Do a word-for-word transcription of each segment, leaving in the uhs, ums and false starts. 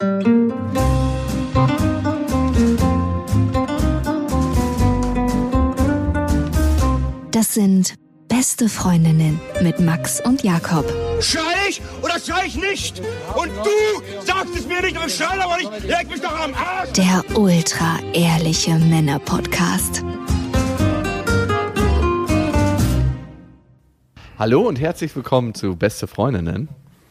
Das sind Beste Freundinnen mit Max und Jakob. Schrei ich oder schrei ich nicht? Und du sagst es mir nicht, aber ich schrei aber nicht. Leg mich doch am Arsch. Der ultra-ehrliche Männer-Podcast. Hallo und herzlich willkommen zu Beste Freundinnen.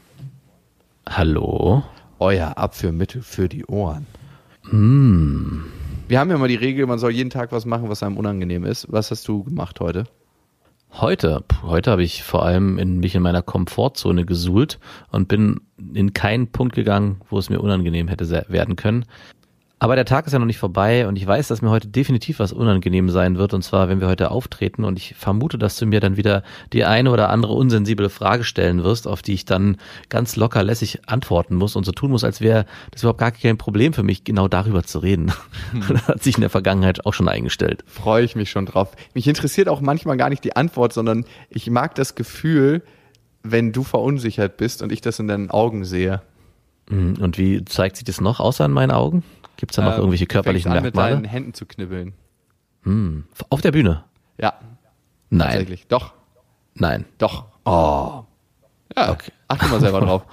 Hallo. Euer Abführmittel für die Ohren. Mm. Wir haben ja mal die Regel, man soll jeden Tag was machen, was einem unangenehm ist. Was hast du gemacht heute? Heute, heute habe ich vor allem in mich in meiner Komfortzone gesuhlt und bin in keinen Punkt gegangen, wo es mir unangenehm hätte werden können. Aber der Tag ist ja noch nicht vorbei und ich weiß, dass mir heute definitiv was unangenehm sein wird, und zwar, wenn wir heute auftreten, und ich vermute, dass du mir dann wieder die eine oder andere unsensible Frage stellen wirst, auf die ich dann ganz locker lässig antworten muss und so tun muss, als wäre das überhaupt gar kein Problem für mich, genau darüber zu reden. Hm. Das hat sich in der Vergangenheit auch schon eingestellt. Freue ich mich schon drauf. Mich interessiert auch manchmal gar nicht die Antwort, sondern ich mag das Gefühl, wenn du verunsichert bist und ich das in deinen Augen sehe. Und wie zeigt sich das noch außer in meinen Augen? Gibt es da noch ähm, irgendwelche körperlichen an, Merkmale? Mit deinen Händen zu knibbeln. Hm. Auf der Bühne? Ja. Nein. Tatsächlich. Doch. Nein. Doch. Oh. Ja, okay. Achte mal selber drauf.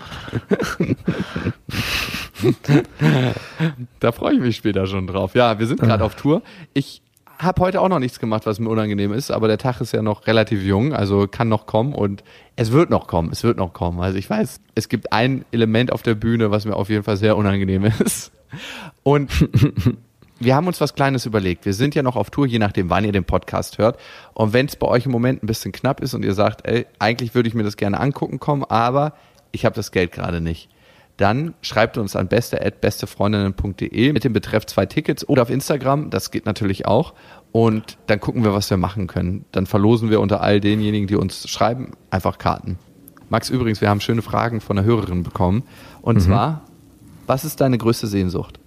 Da freue ich mich später schon drauf. Ja, wir sind gerade auf Tour. Ich habe heute auch noch nichts gemacht, was mir unangenehm ist, aber der Tag ist ja noch relativ jung, also kann noch kommen und es wird noch kommen, es wird noch kommen. Also ich weiß, es gibt ein Element auf der Bühne, was mir auf jeden Fall sehr unangenehm ist. Und wir haben uns was Kleines überlegt. Wir sind ja noch auf Tour, je nachdem, wann ihr den Podcast hört. Und wenn es bei euch im Moment ein bisschen knapp ist und ihr sagt, ey, eigentlich würde ich mir das gerne angucken kommen, aber ich habe das Geld gerade nicht, dann schreibt uns an beste at bestefreundinnen punkt de mit dem Betreff zwei Tickets oder auf Instagram, das geht natürlich auch. Und dann gucken wir, was wir machen können. Dann verlosen wir unter all denjenigen, die uns schreiben, einfach Karten. Max, übrigens, wir haben schöne Fragen von einer Hörerin bekommen. Und mhm. zwar, was ist deine größte Sehnsucht?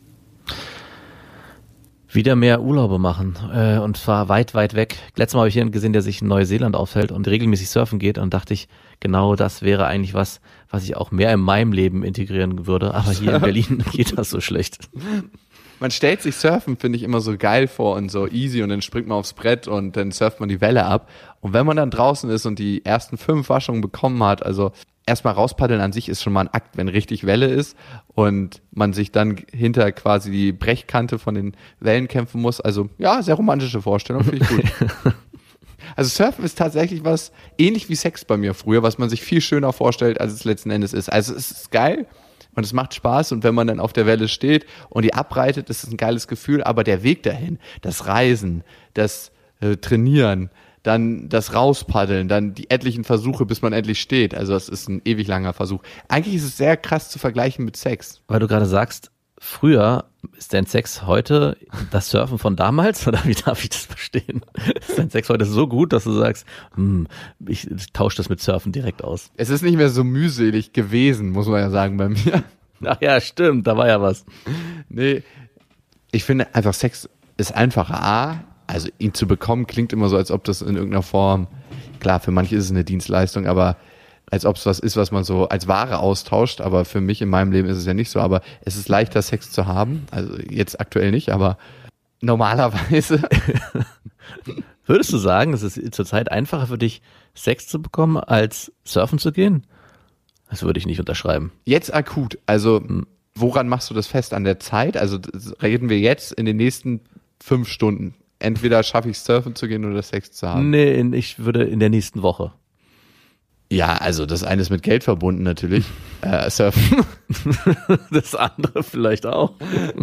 Wieder mehr Urlaube machen, äh, und zwar weit, weit weg. Letztes Mal habe ich jemanden gesehen, der sich in Neuseeland aufhält und regelmäßig surfen geht, und dachte ich, genau das wäre eigentlich was, was ich auch mehr in meinem Leben integrieren würde, aber hier in Berlin geht das so schlecht. Man stellt sich Surfen, finde ich, immer so geil vor und so easy, und dann springt man aufs Brett und dann surft man die Welle ab. Und wenn man dann draußen ist und die ersten fünf Waschungen bekommen hat, also erstmal rauspaddeln an sich ist schon mal ein Akt, wenn richtig Welle ist und man sich dann hinter quasi die Brechkante von den Wellen kämpfen muss. Also ja, sehr romantische Vorstellung, finde ich gut. Also Surfen ist tatsächlich was ähnlich wie Sex bei mir früher, was man sich viel schöner vorstellt, als es letzten Endes ist. Also es ist geil und es macht Spaß, und wenn man dann auf der Welle steht und die abreitet, ist es ein geiles Gefühl, aber der Weg dahin, das Reisen, das äh, Trainieren, dann das Rauspaddeln, dann die etlichen Versuche, bis man endlich steht. Also es ist ein ewig langer Versuch. Eigentlich ist es sehr krass zu vergleichen mit Sex. Weil du gerade sagst, früher ist dein Sex heute das Surfen von damals, oder wie darf ich das verstehen? Ist dein Sex heute so gut, dass du sagst, hm, ich tausche das mit Surfen direkt aus? Es ist nicht mehr so mühselig gewesen, muss man ja sagen bei mir. Ach ja, stimmt, da war ja was. Nee, ich finde einfach, Sex ist einfacher. A, also ihn zu bekommen klingt immer so, als ob das in irgendeiner Form, klar, für manche ist es eine Dienstleistung, aber als ob es was ist, was man so als Ware austauscht, aber für mich in meinem Leben ist es ja nicht so, aber es ist leichter, Sex zu haben, also jetzt aktuell nicht, aber normalerweise. Würdest du sagen, es ist zurzeit einfacher für dich, Sex zu bekommen, als surfen zu gehen? Das würde ich nicht unterschreiben. Jetzt akut, also woran machst du das fest? An der Zeit? Also reden wir jetzt in den nächsten fünf Stunden? Entweder schaffe ich es, surfen zu gehen oder Sex zu haben. Nee, in, ich würde in der nächsten Woche. Ja, also das eine ist mit Geld verbunden natürlich, äh, surfen. Das andere vielleicht auch.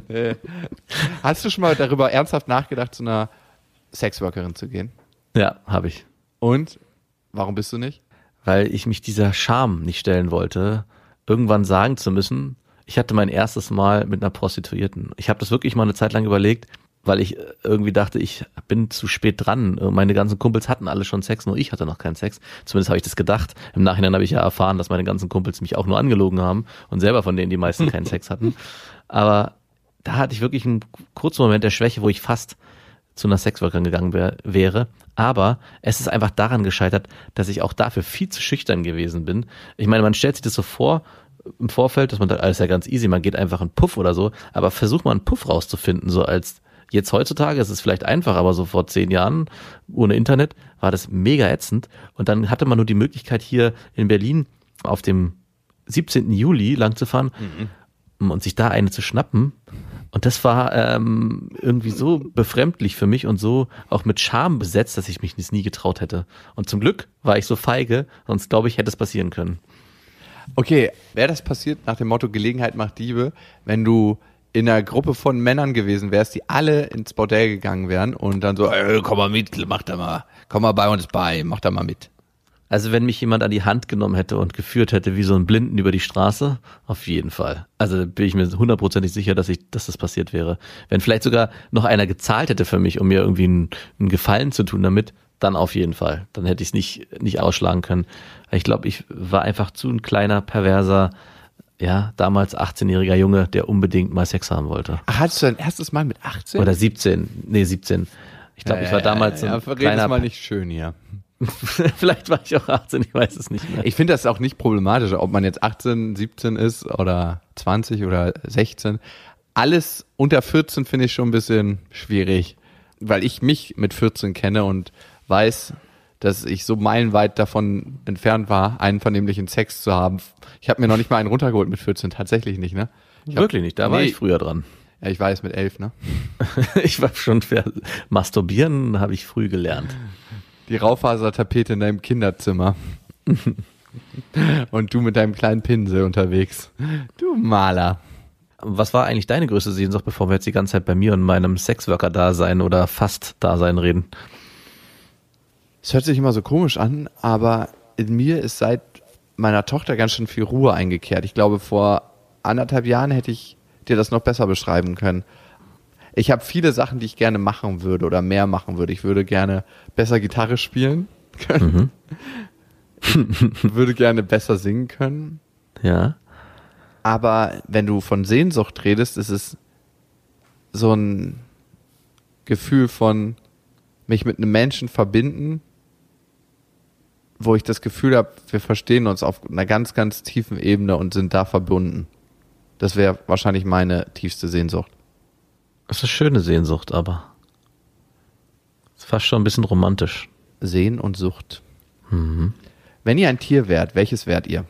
Hast du schon mal darüber ernsthaft nachgedacht, zu einer Sexworkerin zu gehen? Ja, habe ich. Und? Warum bist du nicht? Weil ich mich dieser Scham nicht stellen wollte, irgendwann sagen zu müssen, ich hatte mein erstes Mal mit einer Prostituierten. Ich habe das wirklich mal eine Zeit lang überlegt, weil ich irgendwie dachte, ich bin zu spät dran. Meine ganzen Kumpels hatten alle schon Sex, nur ich hatte noch keinen Sex. Zumindest habe ich das gedacht. Im Nachhinein habe ich ja erfahren, dass meine ganzen Kumpels mich auch nur angelogen haben und selber von denen die meisten keinen Sex hatten. Aber da hatte ich wirklich einen kurzen Moment der Schwäche, wo ich fast zu einer Sexworkerin gegangen wär, wäre. Aber es ist einfach daran gescheitert, dass ich auch dafür viel zu schüchtern gewesen bin. Ich meine, man stellt sich das so vor, im Vorfeld, dass man da alles ja ganz easy, man geht einfach einen Puff oder so, aber versuch mal einen Puff rauszufinden, so als jetzt heutzutage ist es vielleicht einfach, aber so vor zehn Jahren ohne Internet war das mega ätzend und dann hatte man nur die Möglichkeit hier in Berlin auf dem siebzehnten Juli lang zu fahren mhm. und sich da eine zu schnappen. Und das war ähm, irgendwie so befremdlich für mich und so auch mit Scham besetzt, dass ich mich das nie getraut hätte. Und zum Glück war ich so feige, sonst glaube ich, hätte es passieren können. Okay, wäre das passiert nach dem Motto Gelegenheit macht Diebe, wenn du in einer Gruppe von Männern gewesen wärst, die alle ins Bordell gegangen wären und dann so, ey, komm mal mit, mach da mal, komm mal bei uns bei, mach da mal mit. Also wenn mich jemand an die Hand genommen hätte und geführt hätte wie so ein Blinden über die Straße, auf jeden Fall. Also bin ich mir hundertprozentig sicher, dass ich, dass das passiert wäre. Wenn vielleicht sogar noch einer gezahlt hätte für mich, um mir irgendwie einen, einen Gefallen zu tun damit, dann auf jeden Fall. Dann hätte ich es nicht, nicht ausschlagen können. Ich glaube, ich war einfach zu ein kleiner, perverser, ja, damals achtzehnjähriger Junge, der unbedingt mal Sex haben wollte. Ach, hattest du dein erstes Mal mit achtzehn? Oder siebzehn, nee, siebzehn. Ich glaube, ich war damals ja, so ein ja, kleiner... das mal nicht schön hier. Vielleicht war ich auch achtzehn, ich weiß es nicht mehr. Ich finde das auch nicht problematisch, ob man jetzt achtzehn, siebzehn ist oder zwanzig oder sechzehn. Alles unter vierzehn finde ich schon ein bisschen schwierig, weil ich mich mit vierzehn kenne und weiß, dass ich so meilenweit davon entfernt war, einen vernehmlichen Sex zu haben. Ich habe mir noch nicht mal einen runtergeholt mit vierzehn, tatsächlich nicht, ne? Ich Wirklich hab, nicht, da war nee, ich früher dran. Ja, ich weiß, mit elf, ne? Ich war schon für Masturbieren, habe ich früh gelernt. Die Raufasertapete in deinem Kinderzimmer. Und du mit deinem kleinen Pinsel unterwegs. Du Maler. Was war eigentlich deine größte Sehnsucht, bevor wir jetzt die ganze Zeit bei mir und meinem Sexworker-Dasein oder Fast-Dasein reden? Es hört sich immer so komisch an, aber in mir ist seit meiner Tochter ganz schön viel Ruhe eingekehrt. Ich glaube, vor anderthalb Jahren hätte ich dir das noch besser beschreiben können. Ich habe viele Sachen, die ich gerne machen würde oder mehr machen würde. Ich würde gerne besser Gitarre spielen können. Mhm. Ich würde gerne besser singen können. Ja. Aber wenn du von Sehnsucht redest, ist es so ein Gefühl von mich mit einem Menschen verbinden, wo ich das Gefühl habe, wir verstehen uns auf einer ganz, ganz tiefen Ebene und sind da verbunden. Das wäre wahrscheinlich meine tiefste Sehnsucht. Das ist eine schöne Sehnsucht, aber ist fast schon ein bisschen romantisch. Sehen und Sucht. Mhm. Wenn ihr ein Tier wärt, welches wärt ihr?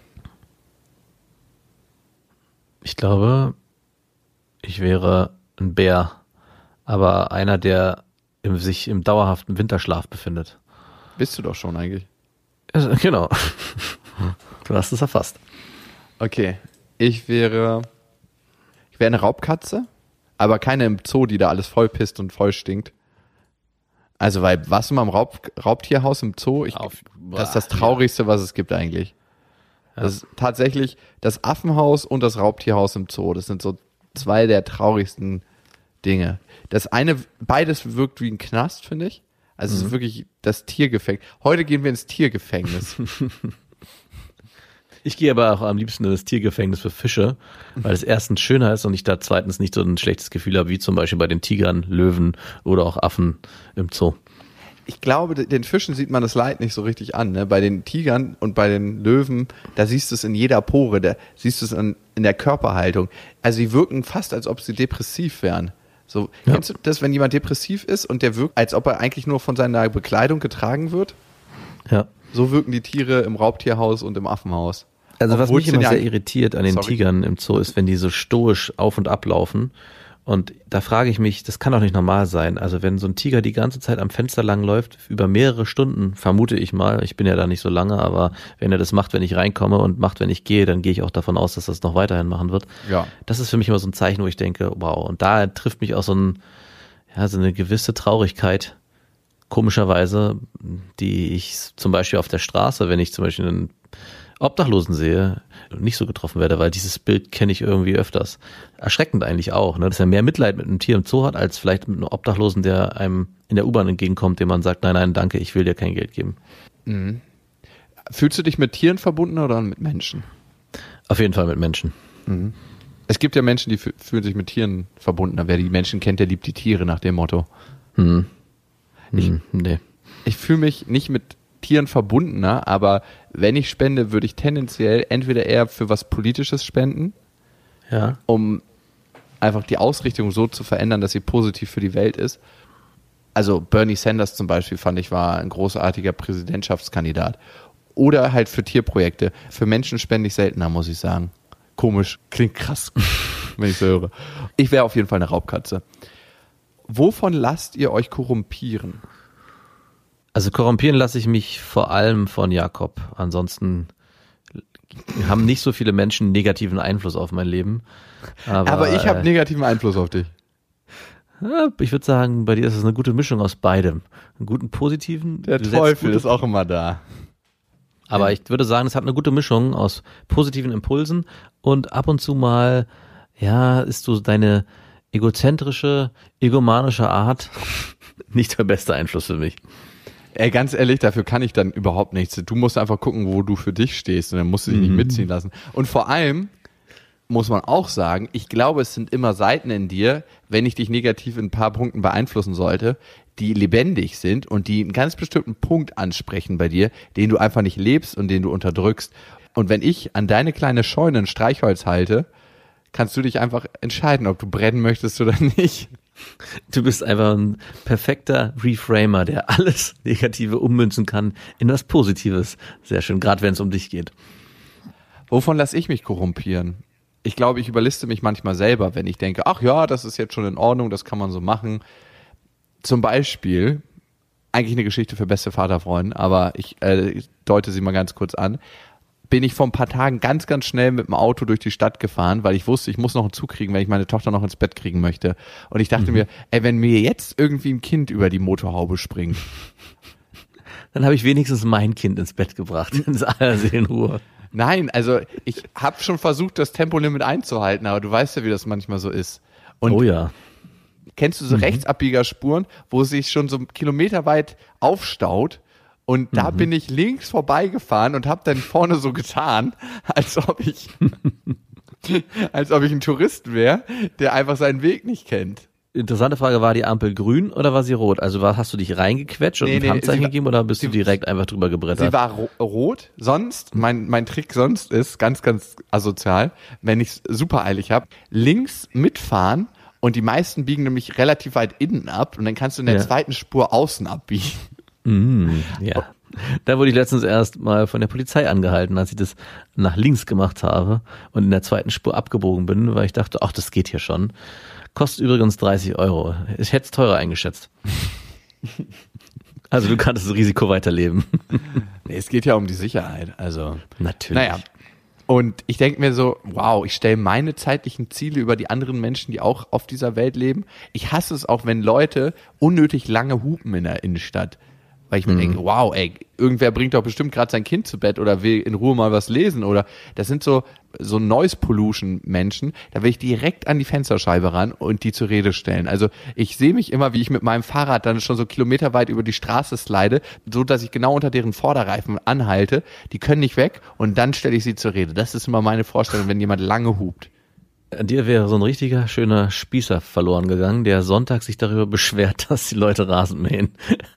Ich glaube, ich wäre ein Bär, aber einer, der im, sich im dauerhaften Winterschlaf befindet. Bist du doch schon eigentlich. Also, genau. Du hast es erfasst. Okay, ich wäre, ich wäre eine Raubkatze, aber keine im Zoo, die da alles voll pisst und voll stinkt. Also, weil, warst du mal im Raub, Raubtierhaus im Zoo? Ich, Auf, das ist das Traurigste, was es gibt eigentlich. Ja. Das ist tatsächlich das Affenhaus und das Raubtierhaus im Zoo. Das sind so zwei der traurigsten Dinge. Das eine, beides wirkt wie ein Knast, finde ich. Also mhm. es ist wirklich das Tiergefängnis. Heute gehen wir ins Tiergefängnis. Ich gehe aber auch am liebsten in das Tiergefängnis für Fische, weil es erstens schöner ist und ich da zweitens nicht so ein schlechtes Gefühl habe, wie zum Beispiel bei den Tigern, Löwen oder auch Affen im Zoo. Ich glaube, den Fischen sieht man das Leid nicht so richtig an. Ne? Bei den Tigern und bei den Löwen, da siehst du es in jeder Pore, da siehst du es in, in der Körperhaltung. Also die wirken fast, als ob sie depressiv wären. So, ja. Kennst du das, wenn jemand depressiv ist und der wirkt, als ob er eigentlich nur von seiner Bekleidung getragen wird? Ja. So wirken die Tiere im Raubtierhaus und im Affenhaus. Also Obwohl was mich immer ja sehr irritiert an den sorry. Tigern im Zoo ist, wenn die so stoisch auf und ab laufen. Und da frage ich mich, das kann doch nicht normal sein. Also wenn so ein Tiger die ganze Zeit am Fenster lang läuft, über mehrere Stunden, vermute ich mal, ich bin ja da nicht so lange, aber wenn er das macht, wenn ich reinkomme und macht, wenn ich gehe, dann gehe ich auch davon aus, dass das noch weiterhin machen wird. Ja. Das ist für mich immer so ein Zeichen, wo ich denke, wow. Und da trifft mich auch so ein, ja, so eine gewisse Traurigkeit, komischerweise, die ich zum Beispiel auf der Straße, wenn ich zum Beispiel einen Obdachlosen sehe, nicht so getroffen werde, weil dieses Bild kenne ich irgendwie öfters. Erschreckend eigentlich auch, ne? Dass er mehr Mitleid mit einem Tier im Zoo hat, als vielleicht mit einem Obdachlosen, der einem in der U-Bahn entgegenkommt, dem man sagt, nein, nein, danke, ich will dir kein Geld geben. Mhm. Fühlst du dich mit Tieren verbunden oder mit Menschen? Auf jeden Fall mit Menschen. Mhm. Es gibt ja Menschen, die fühlen sich mit Tieren verbunden. Wer die Menschen kennt, der liebt die Tiere, nach dem Motto. Mhm. Ich, mhm. Nee. Ich fühle mich nicht mit Tieren verbundener, aber wenn ich spende, würde ich tendenziell entweder eher für was Politisches spenden, Ja. um einfach die Ausrichtung so zu verändern, dass sie positiv für die Welt ist. Also Bernie Sanders zum Beispiel, fand ich, war ein großartiger Präsidentschaftskandidat. Oder halt für Tierprojekte. Für Menschen spende ich seltener, muss ich sagen. Komisch, klingt krass, wenn ich so höre. Ich wäre auf jeden Fall eine Raubkatze. Wovon lasst ihr euch korrumpieren? Also korrumpieren lasse ich mich vor allem von Jakob. Ansonsten haben nicht so viele Menschen negativen Einfluss auf mein Leben. Aber, Aber ich habe äh, negativen Einfluss auf dich. ja, ich würde sagen, bei dir ist es eine gute Mischung aus beidem. Einen guten positiven. Der du setzt Teufel gute- ist auch immer da. Aber ich würde sagen, es hat eine gute Mischung aus positiven Impulsen und ab und zu mal, ja, ist so deine egozentrische, egomanische Art nicht der beste Einfluss für mich. Ey, ganz ehrlich, dafür kann ich dann überhaupt nichts. Du musst einfach gucken, wo du für dich stehst und dann musst du dich nicht mitziehen lassen. Und vor allem muss man auch sagen, ich glaube, es sind immer Seiten in dir, wenn ich dich negativ in ein paar Punkten beeinflussen sollte, die lebendig sind und die einen ganz bestimmten Punkt ansprechen bei dir, den du einfach nicht lebst und den du unterdrückst. Und wenn ich an deine kleine Scheune ein Streichholz halte, kannst du dich einfach entscheiden, ob du brennen möchtest oder nicht. Du bist einfach ein perfekter Reframer, der alles Negative ummünzen kann in was Positives. Sehr schön, gerade wenn es um dich geht. Wovon lasse ich mich korrumpieren? Ich glaube, ich überliste mich manchmal selber, wenn ich denke, ach ja, das ist jetzt schon in Ordnung, das kann man so machen. Zum Beispiel, eigentlich eine Geschichte für beste Vaterfreunde, aber ich äh, deute sie mal ganz kurz an, bin ich vor ein paar Tagen ganz, ganz schnell mit dem Auto durch die Stadt gefahren, weil ich wusste, ich muss noch einen Zug kriegen, wenn ich meine Tochter noch ins Bett kriegen möchte. Und ich dachte mhm. mir, ey, wenn mir jetzt irgendwie ein Kind über die Motorhaube springt. Dann habe ich wenigstens mein Kind ins Bett gebracht, ins aller Seelenruhe. Nein, also ich habe schon versucht, das Tempolimit einzuhalten, aber du weißt ja, wie das manchmal so ist. Und oh ja. kennst du so Mhm. Rechtsabbiegerspuren, wo es sich schon so kilometerweit aufstaut? Und da Mhm. bin ich links vorbeigefahren und habe dann vorne so getan, als ob ich, als ob ich ein Tourist wäre, der einfach seinen Weg nicht kennt. Interessante Frage, war die Ampel grün oder war sie rot? Also war, hast du dich reingequetscht und Nee, ein nee, Handzeichen sie war- gegeben oder bist du sie- direkt einfach drüber gebrettert? Sie war ro- rot. Sonst, mein, mein Trick sonst ist, ganz, ganz asozial, wenn ich es super eilig habe, links mitfahren und die meisten biegen nämlich relativ weit innen ab und dann kannst du in der Ja. zweiten Spur außen abbiegen. Mm, ja. Da wurde ich letztens erst mal von der Polizei angehalten, als ich das nach links gemacht habe und in der zweiten Spur abgebogen bin, weil ich dachte, ach, das geht hier schon. Kostet übrigens dreißig Euro. Ich hätte es teurer eingeschätzt. Also du kannst das Risiko weiterleben. Nee, es geht ja um die Sicherheit, also. Natürlich. Naja. Und ich denke mir so, wow, ich stelle meine zeitlichen Ziele über die anderen Menschen, die auch auf dieser Welt leben. Ich hasse es auch, wenn Leute unnötig lange hupen in der Innenstadt. Weil ich mir Mhm. denke, wow, ey, irgendwer bringt doch bestimmt gerade sein Kind zu Bett oder will in Ruhe mal was lesen oder das sind so so Noise Pollution Menschen, da will ich direkt an die Fensterscheibe ran und die zur Rede stellen. Also ich sehe mich immer, wie ich mit meinem Fahrrad dann schon so kilometerweit über die Straße slide, so dass ich genau unter deren Vorderreifen anhalte. Die können nicht weg und dann stelle ich sie zur Rede. Das ist immer meine Vorstellung, wenn jemand lange hupt. An dir wäre so ein richtiger, schöner Spießer verloren gegangen, der Sonntag sich darüber beschwert, dass die Leute Rasen mähen.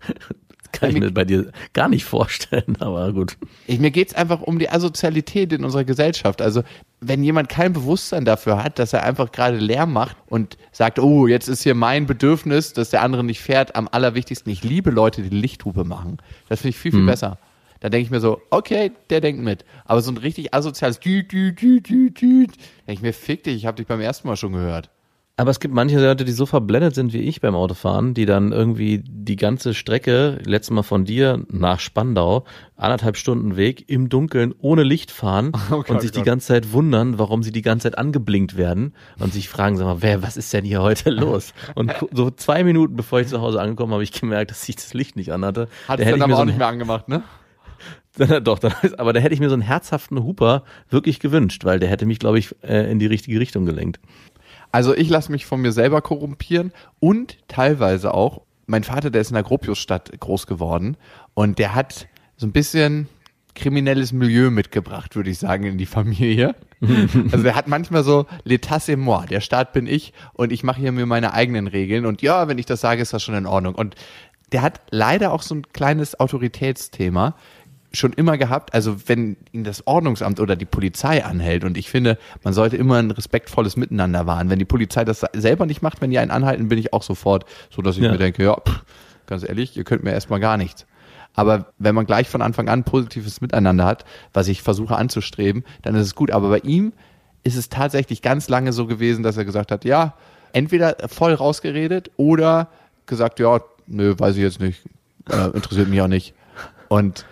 Kann ich mir bei dir gar nicht vorstellen, aber gut. Ich, mir geht's einfach um die Asozialität in unserer Gesellschaft. Also wenn jemand kein Bewusstsein dafür hat, dass er einfach gerade Lärm macht und sagt, oh, jetzt ist hier mein Bedürfnis, dass der andere nicht fährt, am allerwichtigsten. Ich liebe Leute, die Lichthupe machen. Das finde ich viel, viel Mhm. besser. Da denke ich mir so, okay, der denkt mit. Aber so ein richtig asoziales Düt, Düt, Düt, Düt, Düt, denke ich mir, fick dich, ich habe dich beim ersten Mal schon gehört. Aber es gibt manche Leute, die so verblendet sind wie ich beim Autofahren, die dann irgendwie die ganze Strecke, letztes Mal von dir nach Spandau, anderthalb Stunden Weg im Dunkeln ohne Licht fahren Oh Gott, und sich oh die Gott. ganze Zeit wundern, warum sie die ganze Zeit angeblinkt werden und sich fragen, sag mal, wer, was ist denn hier heute los? Und so zwei Minuten bevor ich zu Hause angekommen habe, ich gemerkt, dass ich das Licht nicht anhatte. Hat Da es hätte dann ich mir aber so auch nicht ein- mehr angemacht, ne? Doch, dann, aber da hätte ich mir so einen herzhaften Huper wirklich gewünscht, weil der hätte mich, glaube ich, äh, in die richtige Richtung gelenkt. Also ich lasse mich von mir selber korrumpieren und teilweise auch, mein Vater, der ist in der Gropiusstadt groß geworden und der hat so ein bisschen kriminelles Milieu mitgebracht, würde ich sagen, in die Familie. Also der hat manchmal so l'état c'est moi, der Staat bin ich und ich mache hier mir meine eigenen Regeln und ja, wenn ich das sage, ist das schon in Ordnung. Und der hat leider auch so ein kleines Autoritätsthema schon immer gehabt. Also wenn ihn das Ordnungsamt oder die Polizei anhält, und ich finde, man sollte immer ein respektvolles Miteinander wahren. Wenn die Polizei das selber nicht macht, wenn die einen anhalten, bin ich auch sofort so, dass ich ja. mir denke, ja, pff, ganz ehrlich, ihr könnt mir erstmal gar nichts. Aber wenn man gleich von Anfang an positives Miteinander hat, was ich versuche anzustreben, dann ist es gut. Aber bei ihm ist es tatsächlich ganz lange so gewesen, dass er gesagt hat, ja, entweder voll rausgeredet oder gesagt, ja, nö, weiß ich jetzt nicht, äh, interessiert mich auch nicht. Und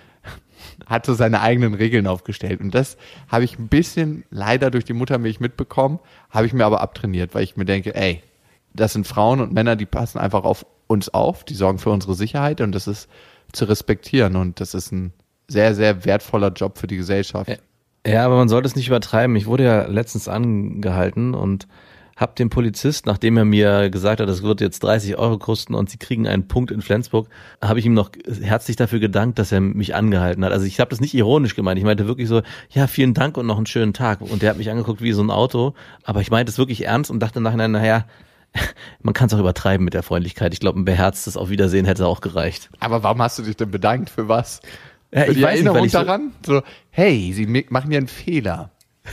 hat so seine eigenen Regeln aufgestellt. Und das habe ich ein bisschen leider durch die Muttermilch mitbekommen, habe ich mir aber abtrainiert, weil ich mir denke, ey, das sind Frauen und Männer, die passen einfach auf uns auf, die sorgen für unsere Sicherheit, und das ist zu respektieren, und das ist ein sehr, sehr wertvoller Job für die Gesellschaft. Ja, aber man sollte es nicht übertreiben. Ich wurde ja letztens angehalten und habe dem Polizist, nachdem er mir gesagt hat, das wird jetzt dreißig Euro kosten und sie kriegen einen Punkt in Flensburg, habe ich ihm noch herzlich dafür gedankt, dass er mich angehalten hat. Also ich habe das nicht ironisch gemeint. Ich meinte wirklich so, ja, vielen Dank und noch einen schönen Tag. Und der hat mich angeguckt wie so ein Auto. Aber ich meinte es wirklich ernst und dachte nachher, naja, man kann es auch übertreiben mit der Freundlichkeit. Ich glaube, ein beherztes Auf Wiedersehen hätte auch gereicht. Aber warum hast du dich denn bedankt? Für was? Ja, für ich die weiß Erinnerung nicht, weil ich daran? So, so, hey, sie machen ja einen Fehler.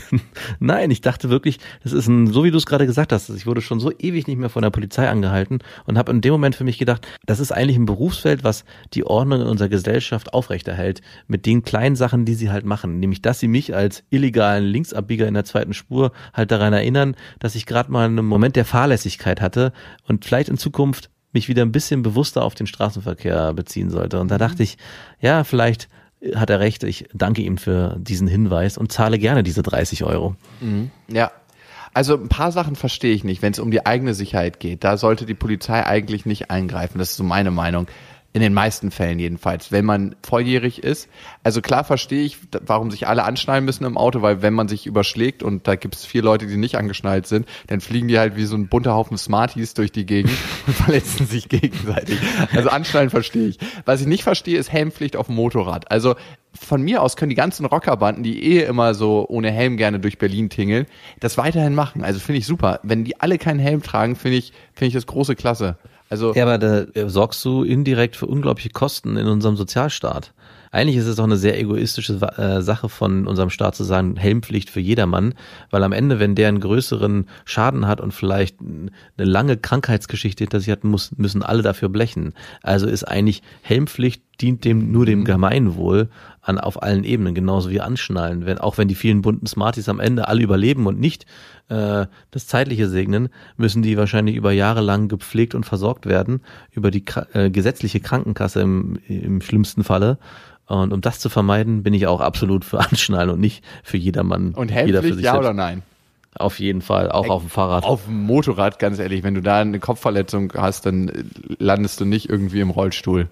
Nein, ich dachte wirklich, das ist ein, so wie du es gerade gesagt hast, ich wurde schon so ewig nicht mehr von der Polizei angehalten und habe in dem Moment für mich gedacht, das ist eigentlich ein Berufsfeld, was die Ordnung in unserer Gesellschaft aufrechterhält, mit den kleinen Sachen, die sie halt machen. Nämlich, dass sie mich als illegalen Linksabbieger in der zweiten Spur halt daran erinnern, dass ich gerade mal einen Moment der Fahrlässigkeit hatte und vielleicht in Zukunft mich wieder ein bisschen bewusster auf den Straßenverkehr beziehen sollte. Und da dachte ich, ja, vielleicht hat er recht, ich danke ihm für diesen Hinweis und zahle gerne diese dreißig Euro. Mhm. Ja, also ein paar Sachen verstehe ich nicht, wenn es um die eigene Sicherheit geht. Da sollte die Polizei eigentlich nicht eingreifen, das ist so meine Meinung. In den meisten Fällen jedenfalls, wenn man volljährig ist. Also klar verstehe ich, warum sich alle anschnallen müssen im Auto, weil wenn man sich überschlägt und da gibt es vier Leute, die nicht angeschnallt sind, dann fliegen die halt wie so ein bunter Haufen Smarties durch die Gegend und verletzen sich gegenseitig. Also anschnallen verstehe ich. Was ich nicht verstehe, ist Helmpflicht auf dem Motorrad. Also von mir aus können die ganzen Rockerbanden, die eh immer so ohne Helm gerne durch Berlin tingeln, das weiterhin machen. Also finde ich super. Wenn die alle keinen Helm tragen, finde ich, finde ich das große Klasse. Also ja, aber da sorgst du indirekt für unglaubliche Kosten in unserem Sozialstaat. Eigentlich ist es doch eine sehr egoistische äh, Sache von unserem Staat zu sagen, Helmpflicht für jedermann, weil am Ende, wenn der einen größeren Schaden hat und vielleicht eine lange Krankheitsgeschichte hinter sich hat, muss, müssen alle dafür blechen. Also ist eigentlich Helmpflicht dient dem nur dem Gemeinwohl an auf allen Ebenen, genauso wie Anschnallen. Wenn, auch wenn die vielen bunten Smarties am Ende alle überleben und nicht äh, das Zeitliche segnen, müssen die wahrscheinlich über Jahre lang gepflegt und versorgt werden, über die äh, gesetzliche Krankenkasse im, im schlimmsten Falle. Und um das zu vermeiden, bin ich auch absolut für Anschnallen und nicht für jedermann. Und Helmpflicht, ja oder nein? Auf jeden Fall, auch Ä- auf dem Fahrrad. Auf dem Motorrad, ganz ehrlich, wenn du da eine Kopfverletzung hast, dann landest du nicht irgendwie im Rollstuhl.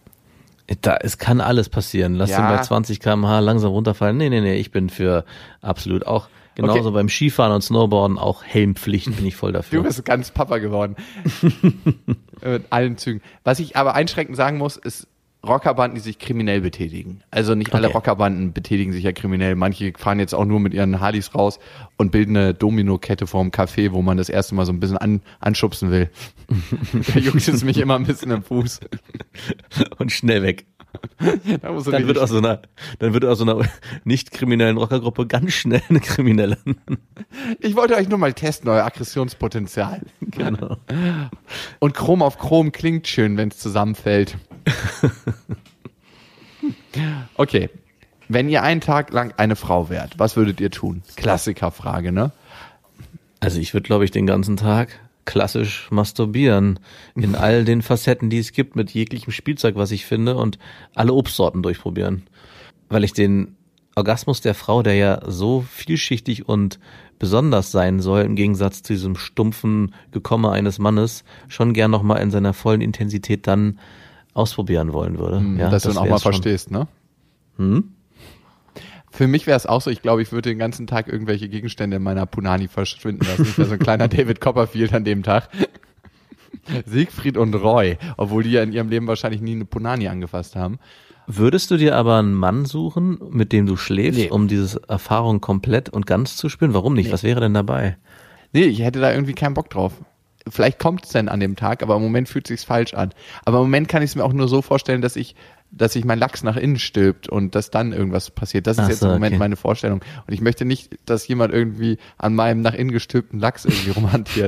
Da, es kann alles passieren. Lass Ja. den bei zwanzig Kilometer pro Stunde langsam runterfallen. Nee, nee, nee, ich bin für absolut auch, genauso Okay. beim Skifahren und Snowboarden, auch Helmpflicht bin ich voll dafür. Du bist ganz Papa geworden. Mit allen Zügen. Was ich aber einschränkend sagen muss, ist Rockerbanden, die sich kriminell betätigen. Also nicht alle Okay. Rockerbanden betätigen sich ja kriminell. Manche fahren jetzt auch nur mit ihren Harleys raus und bilden eine Domino-Kette vorm Café, wo man das erste Mal so ein bisschen an, anschubsen will. Da juckt es mich immer ein bisschen im Fuß. Und schnell weg. Da muss so Dann wird richtig- aus so einer, dann wird aus so einer nicht kriminellen Rockergruppe ganz schnell eine kriminelle. Ich wollte euch nur mal testen, euer Aggressionspotenzial. Genau. Und Chrom auf Chrom klingt schön, wenn es zusammenfällt. Okay. Wenn ihr einen Tag lang eine Frau wärt, was würdet ihr tun? Klassikerfrage, ne? Also ich würde, glaube ich, den ganzen Tag klassisch masturbieren. In all den Facetten, die es gibt, mit jeglichem Spielzeug, was ich finde, und alle Obstsorten durchprobieren. Weil ich den Orgasmus der Frau, der ja so vielschichtig und besonders sein soll, im Gegensatz zu diesem stumpfen Gekomme eines Mannes, schon gern nochmal in seiner vollen Intensität dann ausprobieren wollen würde. Ja, Dass du ihn auch mal wär's schon. verstehst, ne? Hm? Für mich wäre es auch so, ich glaube, ich würde den ganzen Tag irgendwelche Gegenstände in meiner Punani verschwinden lassen. Ich wäre so ein kleiner David Copperfield an dem Tag. Siegfried und Roy, obwohl die ja in ihrem Leben wahrscheinlich nie eine Punani angefasst haben. Würdest du dir aber einen Mann suchen, mit dem du schläfst, Nee. um diese Erfahrung komplett und ganz zu spüren? Warum nicht? Nee. Was wäre denn dabei? Nee, ich hätte da irgendwie keinen Bock drauf. vielleicht kommt es dann an dem Tag, aber im Moment fühlt es sich falsch an. Aber im Moment kann ich es mir auch nur so vorstellen, dass ich, dass sich mein Lachs nach innen stülpt und dass dann irgendwas passiert. Das ist Ach jetzt so, im Moment okay. meine Vorstellung. Und ich möchte nicht, dass jemand irgendwie an meinem nach innen gestülpten Lachs irgendwie romantiert.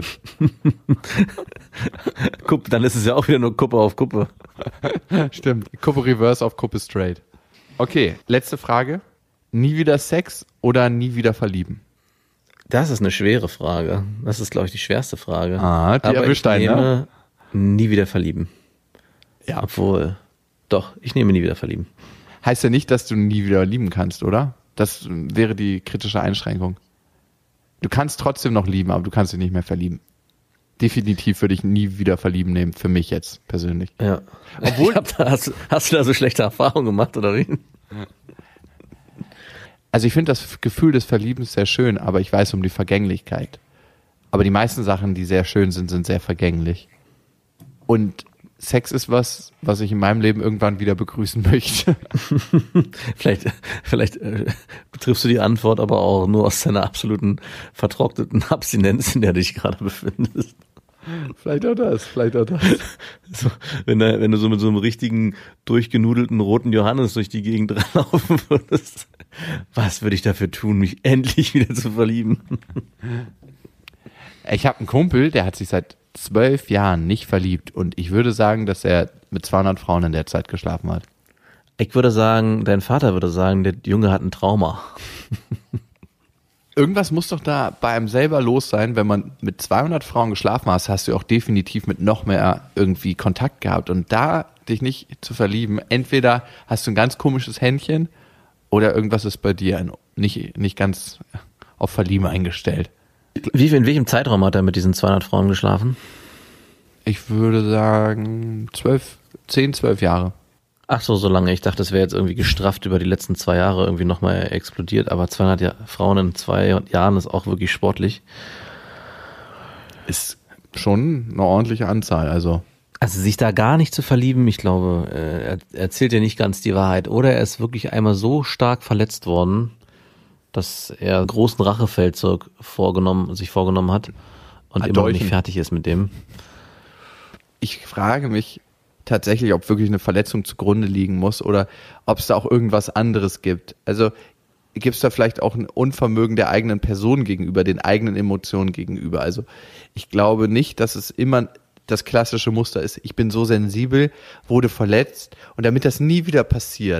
Kupp, dann ist es ja auch wieder nur Kuppe auf Kuppe. Stimmt. Kuppe reverse auf Kuppe straight. Okay, letzte Frage. Nie wieder Sex oder nie wieder verlieben? Das ist eine schwere Frage. Das ist, glaube ich, die schwerste Frage. Ah, die Aber erwischt ich einen, nehme ne? nie wieder verlieben. Ja. Obwohl, doch, ich nehme nie wieder verlieben. Heißt ja nicht, dass du nie wieder lieben kannst, oder? Das wäre die kritische Einschränkung. Du kannst trotzdem noch lieben, aber du kannst dich nicht mehr verlieben. Definitiv würde ich nie wieder verlieben nehmen, für mich jetzt persönlich. Ja. Obwohl, Ich hab da, hast, hast du da so schlechte Erfahrungen gemacht, oder wie? also ich finde das Gefühl des Verliebens sehr schön, aber ich weiß um die Vergänglichkeit. Aber die meisten Sachen, die sehr schön sind, sind sehr vergänglich. Und Sex ist was, was ich in meinem Leben irgendwann wieder begrüßen möchte. Vielleicht, vielleicht äh, betriffst du die Antwort aber auch nur aus deiner absoluten vertrockneten Abstinenz, in der du dich gerade befindest. Vielleicht auch das, vielleicht auch das. So, wenn, da, wenn du so mit so einem richtigen, durchgenudelten roten Johannes durch die Gegend reinlaufen würdest, was würde ich dafür tun, mich endlich wieder zu verlieben? Ich habe einen Kumpel, der hat sich seit zwölf Jahren nicht verliebt und ich würde sagen, dass er mit zweihundert Frauen in der Zeit geschlafen hat. Ich würde sagen, dein Vater würde sagen, der Junge hat ein Trauma. Irgendwas muss doch da bei einem selber los sein, wenn man mit zweihundert Frauen geschlafen hast, hast du auch definitiv mit noch mehr irgendwie Kontakt gehabt und da dich nicht zu verlieben, entweder hast du ein ganz komisches Händchen oder irgendwas ist bei dir nicht, nicht ganz auf Verlieben eingestellt. Wie, in welchem Zeitraum hat er mit diesen zweihundert Frauen geschlafen? Ich würde sagen zwölf, zehn, zwölf Jahre. Ach so, so lange. Ich dachte, das wäre jetzt irgendwie gestrafft über die letzten zwei Jahre irgendwie nochmal explodiert, aber zweihundert ja- Frauen in zwei Jahren ist auch wirklich sportlich. Ist schon eine ordentliche Anzahl, also. Also sich da gar nicht zu verlieben, ich glaube, äh, er erzählt ja nicht ganz die Wahrheit. Oder er ist wirklich einmal so stark verletzt worden, dass er einen großen Rachefeldzug vorgenommen, sich vorgenommen hat und Ein immer noch Dolchen. nicht fertig ist mit dem. Ich frage mich tatsächlich, ob wirklich eine Verletzung zugrunde liegen muss oder ob es da auch irgendwas anderes gibt. Also gibt es da vielleicht auch ein Unvermögen der eigenen Person gegenüber, den eigenen Emotionen gegenüber. Also ich glaube nicht, dass es immer das klassische Muster ist, ich bin so sensibel, wurde verletzt und damit das nie wieder passiert,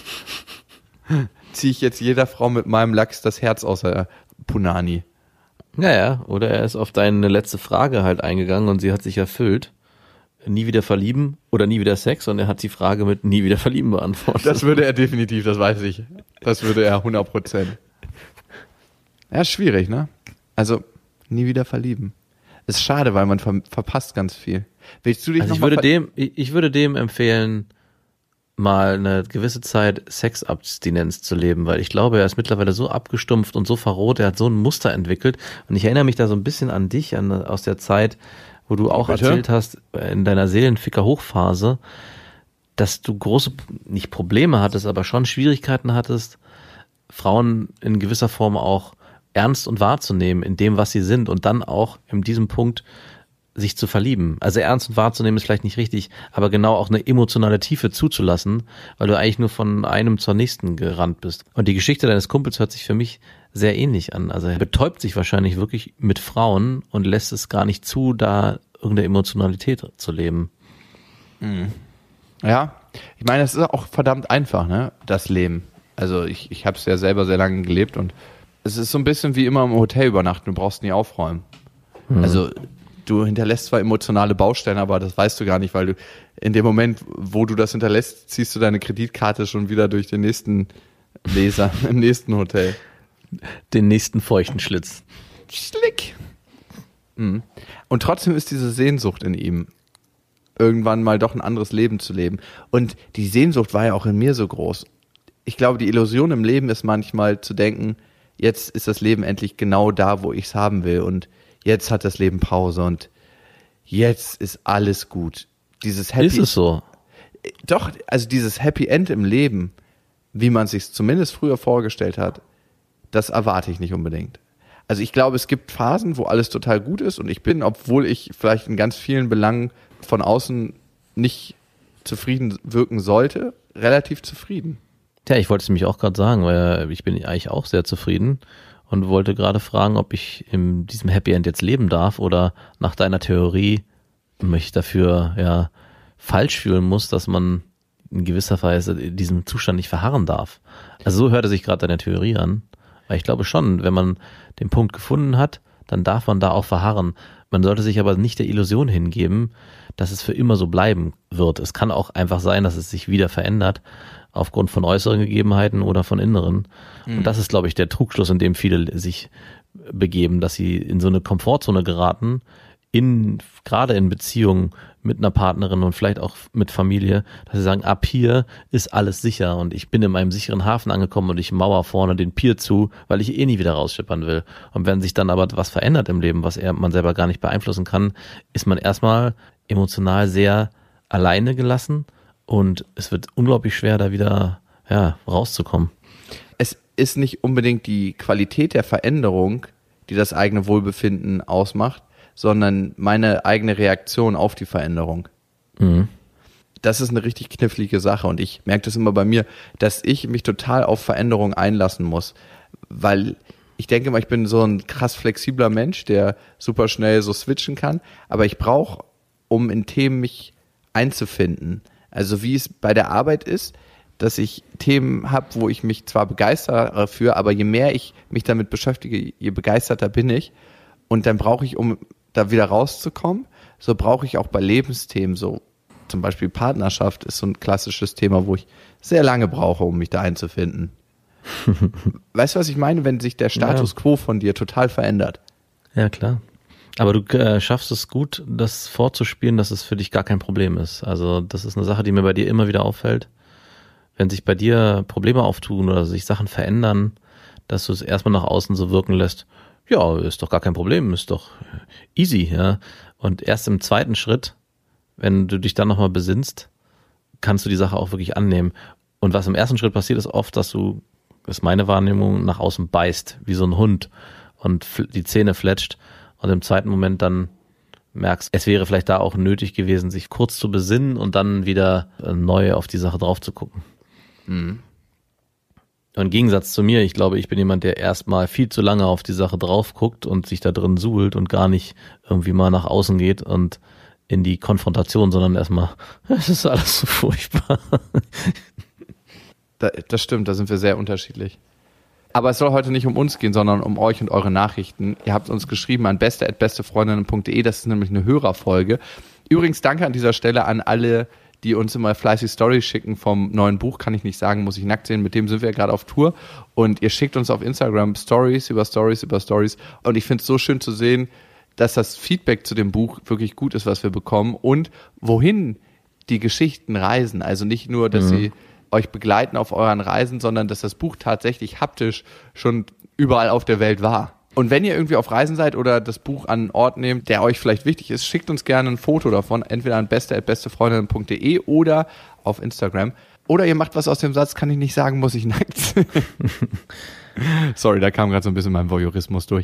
ziehe ich jetzt jeder Frau mit meinem Lachs das Herz aus der Punani. Naja, oder er ist auf deine letzte Frage halt eingegangen und sie hat sich erfüllt. Nie wieder verlieben oder nie wieder Sex und er hat die Frage mit nie wieder verlieben beantwortet. Das würde er definitiv, das weiß ich. Das würde er hundert Prozent. Ja, ist schwierig, ne? Also, nie wieder verlieben. Ist schade, weil man ver- verpasst ganz viel. Willst du dich Also noch ich mal würde ver- dem, ich ich würde dem empfehlen, mal eine gewisse Zeit Sexabstinenz zu leben, weil ich glaube, er ist mittlerweile so abgestumpft und so verroht, er hat so ein Muster entwickelt und ich erinnere mich da so ein bisschen an dich, an, aus der Zeit, wo du auch Bitte? erzählt hast, in deiner Seelenficker-Hochphase, dass du große, nicht Probleme hattest, aber schon Schwierigkeiten hattest, Frauen in gewisser Form auch ernst und wahrzunehmen in dem, was sie sind und dann auch in diesem Punkt sich zu verlieben. Also ernst und wahrzunehmen ist vielleicht nicht richtig, aber genau auch eine emotionale Tiefe zuzulassen, weil du eigentlich nur von einem zur nächsten gerannt bist. Und die Geschichte deines Kumpels hört sich für mich sehr ähnlich an. Also er betäubt sich wahrscheinlich wirklich mit Frauen und lässt es gar nicht zu, da irgendeine Emotionalität zu leben. Ja, ich meine, es ist auch verdammt einfach, ne? Das Leben. Also ich, ich habe es ja selber sehr lange gelebt und es ist so ein bisschen wie immer im Hotel übernachten, du brauchst nie aufräumen. Hm. Also du hinterlässt zwar emotionale Bausteine, aber das weißt du gar nicht, weil du in dem Moment, wo du das hinterlässt, ziehst du deine Kreditkarte schon wieder durch den nächsten Leser im nächsten Hotel. Den nächsten feuchten Schlitz. Schlick. Mhm. Und trotzdem ist diese Sehnsucht in ihm, irgendwann mal doch ein anderes Leben zu leben. Und die Sehnsucht war ja auch in mir so groß. Ich glaube, die Illusion im Leben ist manchmal zu denken, jetzt ist das Leben endlich genau da, wo ich es haben will. Und jetzt hat das Leben Pause und jetzt ist alles gut. Dieses Happy Ist es so? Doch, also dieses Happy End im Leben, wie man es sich zumindest früher vorgestellt hat, das erwarte ich nicht unbedingt. Also ich glaube, es gibt Phasen, wo alles total gut ist und ich bin, obwohl ich vielleicht in ganz vielen Belangen von außen nicht zufrieden wirken sollte, relativ zufrieden. Tja, ich wollte es nämlich auch gerade sagen, weil ich bin eigentlich auch sehr zufrieden und wollte gerade fragen, ob ich in diesem Happy End jetzt leben darf oder nach deiner Theorie mich dafür ja falsch fühlen muss, dass man in gewisser Weise in diesem Zustand nicht verharren darf. Also so hörte sich gerade deine Theorie an. Weil ich glaube schon, wenn man den Punkt gefunden hat, dann darf man da auch verharren. Man sollte sich aber nicht der Illusion hingeben, dass es für immer so bleiben wird. Es kann auch einfach sein, dass es sich wieder verändert, aufgrund von äußeren Gegebenheiten oder von inneren. Mhm. Und das ist, glaube ich, der Trugschluss, in dem viele sich begeben, dass sie in so eine Komfortzone geraten, in, gerade in Beziehungen mit einer Partnerin und vielleicht auch mit Familie, dass sie sagen, ab hier ist alles sicher und ich bin in meinem sicheren Hafen angekommen und ich mauer vorne den Pier zu, weil ich eh nie wieder rausschippern will. Und wenn sich dann aber was verändert im Leben, was er, man selber gar nicht beeinflussen kann, ist man erstmal emotional sehr alleine gelassen und es wird unglaublich schwer, da wieder ja, rauszukommen. Es ist nicht unbedingt die Qualität der Veränderung, die das eigene Wohlbefinden ausmacht, sondern meine eigene Reaktion auf die Veränderung. Mhm. Das ist eine richtig knifflige Sache und ich merke das immer bei mir, dass ich mich total auf Veränderung einlassen muss, weil ich denke mal, ich bin so ein krass flexibler Mensch, der super schnell so switchen kann, aber ich brauche, um in Themen mich einzufinden, also wie es bei der Arbeit ist, dass ich Themen habe, wo ich mich zwar begeistere für, aber je mehr ich mich damit beschäftige, je begeisterter bin ich und dann brauche ich, um da wieder rauszukommen, so brauche ich auch bei Lebensthemen, so zum Beispiel Partnerschaft ist so ein klassisches Thema, wo ich sehr lange brauche, um mich da einzufinden. Weißt du, was ich meine, wenn sich der Status ja. quo von dir total verändert? Ja, klar. Aber du äh, schaffst es gut, das vorzuspielen, dass es für dich gar kein Problem ist. Also das ist eine Sache, die mir bei dir immer wieder auffällt. Wenn sich bei dir Probleme auftun oder sich Sachen verändern, dass du es erstmal nach außen so wirken lässt, ja, ist doch gar kein Problem, ist doch easy, ja. Und erst im zweiten Schritt, wenn du dich dann nochmal besinnst, kannst du die Sache auch wirklich annehmen. Und was im ersten Schritt passiert, ist oft, dass du, das ist meine Wahrnehmung, nach außen beißt, wie so ein Hund und die Zähne fletscht und im zweiten Moment dann merkst, es wäre vielleicht da auch nötig gewesen, sich kurz zu besinnen und dann wieder neu auf die Sache drauf zu gucken. Mhm. Im Gegensatz zu mir, ich glaube, ich bin jemand, der erstmal viel zu lange auf die Sache drauf guckt und sich da drin suhlt und gar nicht irgendwie mal nach außen geht und in die Konfrontation, sondern erstmal, es ist alles so furchtbar. Da, das stimmt, da sind wir sehr unterschiedlich. Aber es soll heute nicht um uns gehen, sondern um euch und eure Nachrichten. Ihr habt uns geschrieben an beste at bestefreundinnen punkt de, das ist nämlich eine Hörerfolge. Übrigens danke an dieser Stelle an alle, die uns immer fleißig Storys schicken vom neuen Buch, kann ich nicht sagen, muss ich nackt sehen, mit dem sind wir ja gerade auf Tour und ihr schickt uns auf Instagram Stories über Stories über Stories und ich finde es so schön zu sehen, dass das Feedback zu dem Buch wirklich gut ist, was wir bekommen und wohin die Geschichten reisen, also nicht nur, dass mhm. sie euch begleiten auf euren Reisen, sondern dass das Buch tatsächlich haptisch schon überall auf der Welt war. Und wenn ihr irgendwie auf Reisen seid oder das Buch an einen Ort nehmt, der euch vielleicht wichtig ist, schickt uns gerne ein Foto davon, entweder an beste at bestefreundinnen punkt de oder auf Instagram. Oder ihr macht was aus dem Satz, kann ich nicht sagen, muss ich nackt. Sorry, da kam gerade so ein bisschen mein Voyeurismus durch.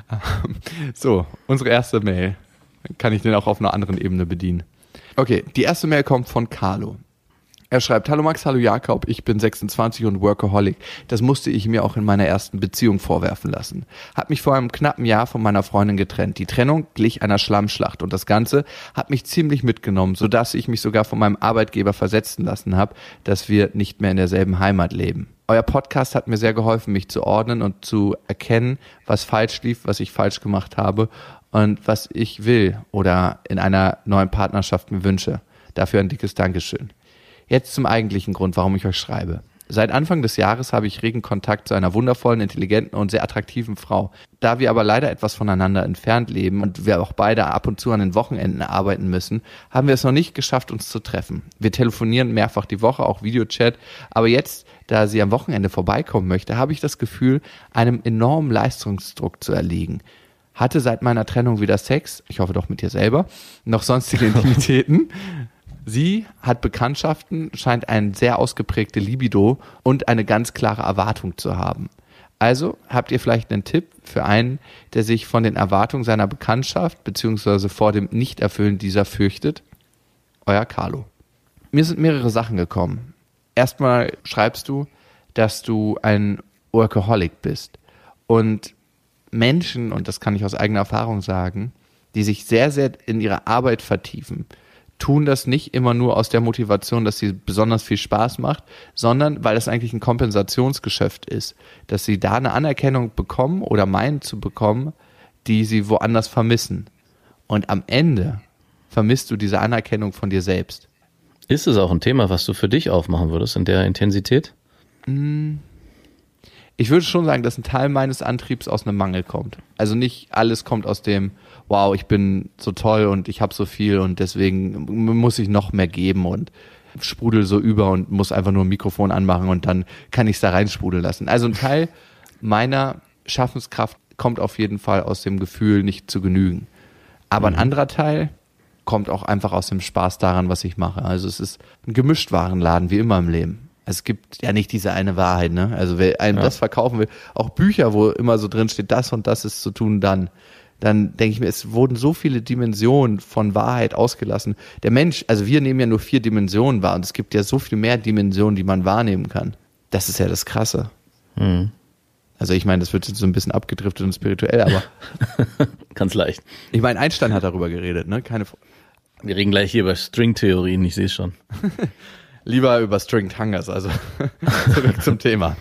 So, unsere erste Mail. Kann ich den auch auf einer anderen Ebene bedienen. Okay, die erste Mail kommt von Carlo. Er schreibt, hallo Max, hallo Jakob, ich bin sechsundzwanzig und Workaholic. Das musste ich mir auch in meiner ersten Beziehung vorwerfen lassen. Hab mich vor einem knappen Jahr von meiner Freundin getrennt. Die Trennung glich einer Schlammschlacht und das Ganze hat mich ziemlich mitgenommen, sodass ich mich sogar von meinem Arbeitgeber versetzen lassen habe, dass wir nicht mehr in derselben Heimat leben. Euer Podcast hat mir sehr geholfen, mich zu ordnen und zu erkennen, was falsch lief, was ich falsch gemacht habe und was ich will oder in einer neuen Partnerschaft mir wünsche. Dafür ein dickes Dankeschön. Jetzt zum eigentlichen Grund, warum ich euch schreibe. Seit Anfang des Jahres habe ich regen Kontakt zu einer wundervollen, intelligenten und sehr attraktiven Frau. Da wir aber leider etwas voneinander entfernt leben und wir auch beide ab und zu an den Wochenenden arbeiten müssen, haben wir es noch nicht geschafft, uns zu treffen. Wir telefonieren mehrfach die Woche, auch Videochat, aber jetzt, da sie am Wochenende vorbeikommen möchte, habe ich das Gefühl, einem enormen Leistungsdruck zu erliegen. Hatte seit meiner Trennung wieder Sex, ich hoffe doch mit ihr selber, noch sonstige Intimitäten. Sie hat Bekanntschaften, scheint eine sehr ausgeprägte Libido und eine ganz klare Erwartung zu haben. Also habt ihr vielleicht einen Tipp für einen, der sich von den Erwartungen seiner Bekanntschaft beziehungsweise vor dem Nichterfüllen dieser fürchtet? Euer Carlo. Mir sind mehrere Sachen gekommen. Erstmal schreibst du, dass du ein Workaholic bist. Und Menschen, und das kann ich aus eigener Erfahrung sagen, die sich sehr, sehr in ihre Arbeit vertiefen, tun das nicht immer nur aus der Motivation, dass sie besonders viel Spaß macht, sondern weil es eigentlich ein Kompensationsgeschäft ist, dass sie da eine Anerkennung bekommen oder meinen zu bekommen, die sie woanders vermissen. Und am Ende vermisst du diese Anerkennung von dir selbst. Ist es auch ein Thema, was du für dich aufmachen würdest in der Intensität? Ich würde schon sagen, dass ein Teil meines Antriebs aus einem Mangel kommt. Also nicht alles kommt aus dem, wow, ich bin so toll und ich habe so viel und deswegen muss ich noch mehr geben und sprudel so über und muss einfach nur ein Mikrofon anmachen und dann kann ich es da reinsprudeln lassen. Also ein Teil meiner Schaffenskraft kommt auf jeden Fall aus dem Gefühl, nicht zu genügen. Aber ein anderer Teil kommt auch einfach aus dem Spaß daran, was ich mache. Also es ist ein Gemischtwarenladen, wie immer im Leben. Es gibt ja nicht diese eine Wahrheit, ne? Also wer einem ja. das verkaufen will, auch Bücher, wo immer so drin steht, das und das ist zu tun, dann, dann denke ich mir, es wurden so viele Dimensionen von Wahrheit ausgelassen. Der Mensch, also wir nehmen ja nur vier Dimensionen wahr und es gibt ja so viel mehr Dimensionen, die man wahrnehmen kann. Das ist ja das Krasse. Mhm. Also ich meine, das wird jetzt so ein bisschen abgedriftet und spirituell, aber ganz leicht. Ich meine, Einstein hat darüber geredet, ne? Keine F- Wir reden gleich hier über Stringtheorien, ich sehe es schon. Lieber über Stringed Hungers, also zurück zum Thema.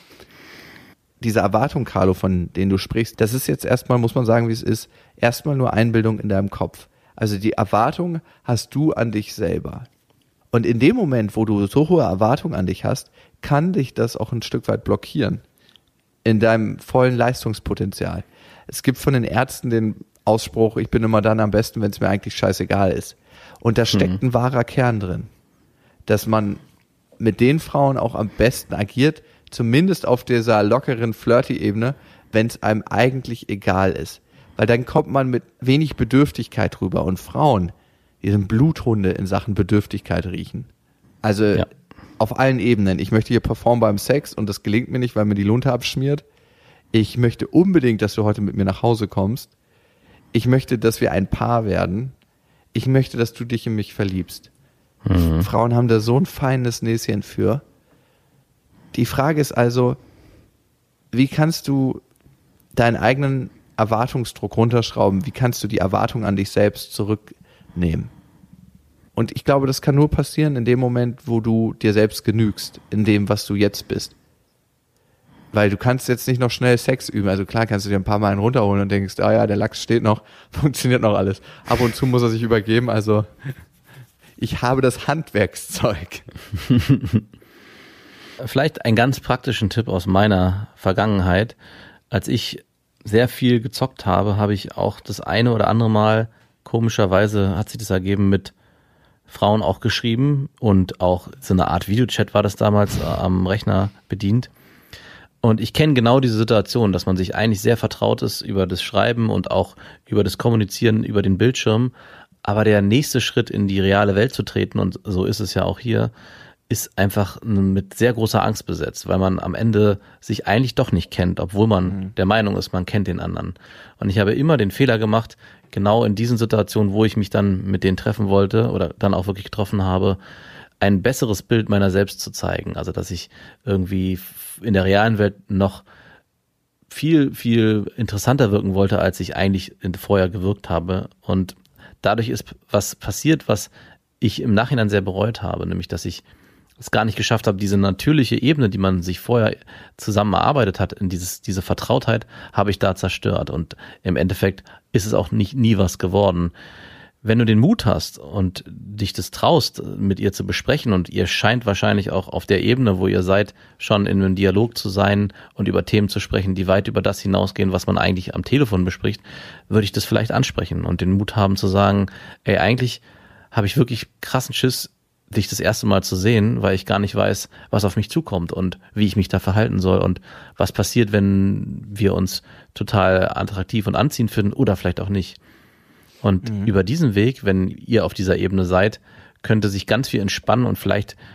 Diese Erwartung, Carlo, von denen du sprichst, das ist jetzt erstmal, muss man sagen, wie es ist, erstmal nur Einbildung in deinem Kopf. Also die Erwartung hast du an dich selber. Und in dem Moment, wo du so hohe Erwartungen an dich hast, kann dich das auch ein Stück weit blockieren. In deinem vollen Leistungspotenzial. Es gibt von den Ärzten den Ausspruch, ich bin immer dann am besten, wenn es mir eigentlich scheißegal ist. Und da steckt mhm. ein wahrer Kern drin. Dass man mit den Frauen auch am besten agiert, zumindest auf dieser lockeren Flirty-Ebene, wenn es einem eigentlich egal ist. Weil dann kommt man mit wenig Bedürftigkeit rüber. Und Frauen, die sind Bluthunde in Sachen Bedürftigkeit riechen. Also ja. auf allen Ebenen. Ich möchte hier performen beim Sex und das gelingt mir nicht, weil mir die Lunte abschmiert. Ich möchte unbedingt, dass du heute mit mir nach Hause kommst. Ich möchte, dass wir ein Paar werden. Ich möchte, dass du dich in mich verliebst. Mhm. Frauen haben da so ein feines Näschen für. Die Frage ist also, wie kannst du deinen eigenen Erwartungsdruck runterschrauben? Wie kannst du die Erwartung an dich selbst zurücknehmen? Und ich glaube, das kann nur passieren in dem Moment, wo du dir selbst genügst, in dem, was du jetzt bist. Weil du kannst jetzt nicht noch schnell Sex üben. Also klar kannst du dir ein paar Mal einen runterholen und denkst, ah ja, der Lachs steht noch, funktioniert noch alles. Ab und zu muss er sich übergeben, also ich habe das Handwerkszeug. Vielleicht einen ganz praktischen Tipp aus meiner Vergangenheit. Als ich sehr viel gezockt habe, habe ich auch das eine oder andere Mal, komischerweise hat sich das ergeben, mit Frauen auch geschrieben und auch so eine Art Videochat war das damals äh, am Rechner bedient. Und ich kenne genau diese Situation, dass man sich eigentlich sehr vertraut ist über das Schreiben und auch über das Kommunizieren über den Bildschirm. Aber der nächste Schritt in die reale Welt zu treten, und so ist es ja auch hier, ist einfach mit sehr großer Angst besetzt, weil man am Ende sich eigentlich doch nicht kennt, obwohl man mhm. der Meinung ist, man kennt den anderen. Und ich habe immer den Fehler gemacht, genau in diesen Situationen, wo ich mich dann mit denen treffen wollte oder dann auch wirklich getroffen habe, ein besseres Bild meiner selbst zu zeigen. Also dass ich irgendwie in der realen Welt noch viel, viel interessanter wirken wollte, als ich eigentlich vorher gewirkt habe. Und dadurch ist was passiert, was ich im Nachhinein sehr bereut habe, nämlich dass ich es gar nicht geschafft habe, diese natürliche Ebene, die man sich vorher zusammen erarbeitet hat, in dieses, diese Vertrautheit, habe ich da zerstört. Und im Endeffekt ist es auch nicht nie was geworden. Wenn du den Mut hast und dich das traust, mit ihr zu besprechen, und ihr scheint wahrscheinlich auch auf der Ebene, wo ihr seid, schon in einem Dialog zu sein und über Themen zu sprechen, die weit über das hinausgehen, was man eigentlich am Telefon bespricht, würde ich das vielleicht ansprechen und den Mut haben zu sagen, ey, eigentlich habe ich wirklich krassen Schiss, dich das erste Mal zu sehen, weil ich gar nicht weiß, was auf mich zukommt und wie ich mich da verhalten soll und was passiert, wenn wir uns total attraktiv und anziehend finden oder vielleicht auch nicht. Und mhm. über diesen Weg, wenn ihr auf dieser Ebene seid, könnte sich ganz viel entspannen und vielleicht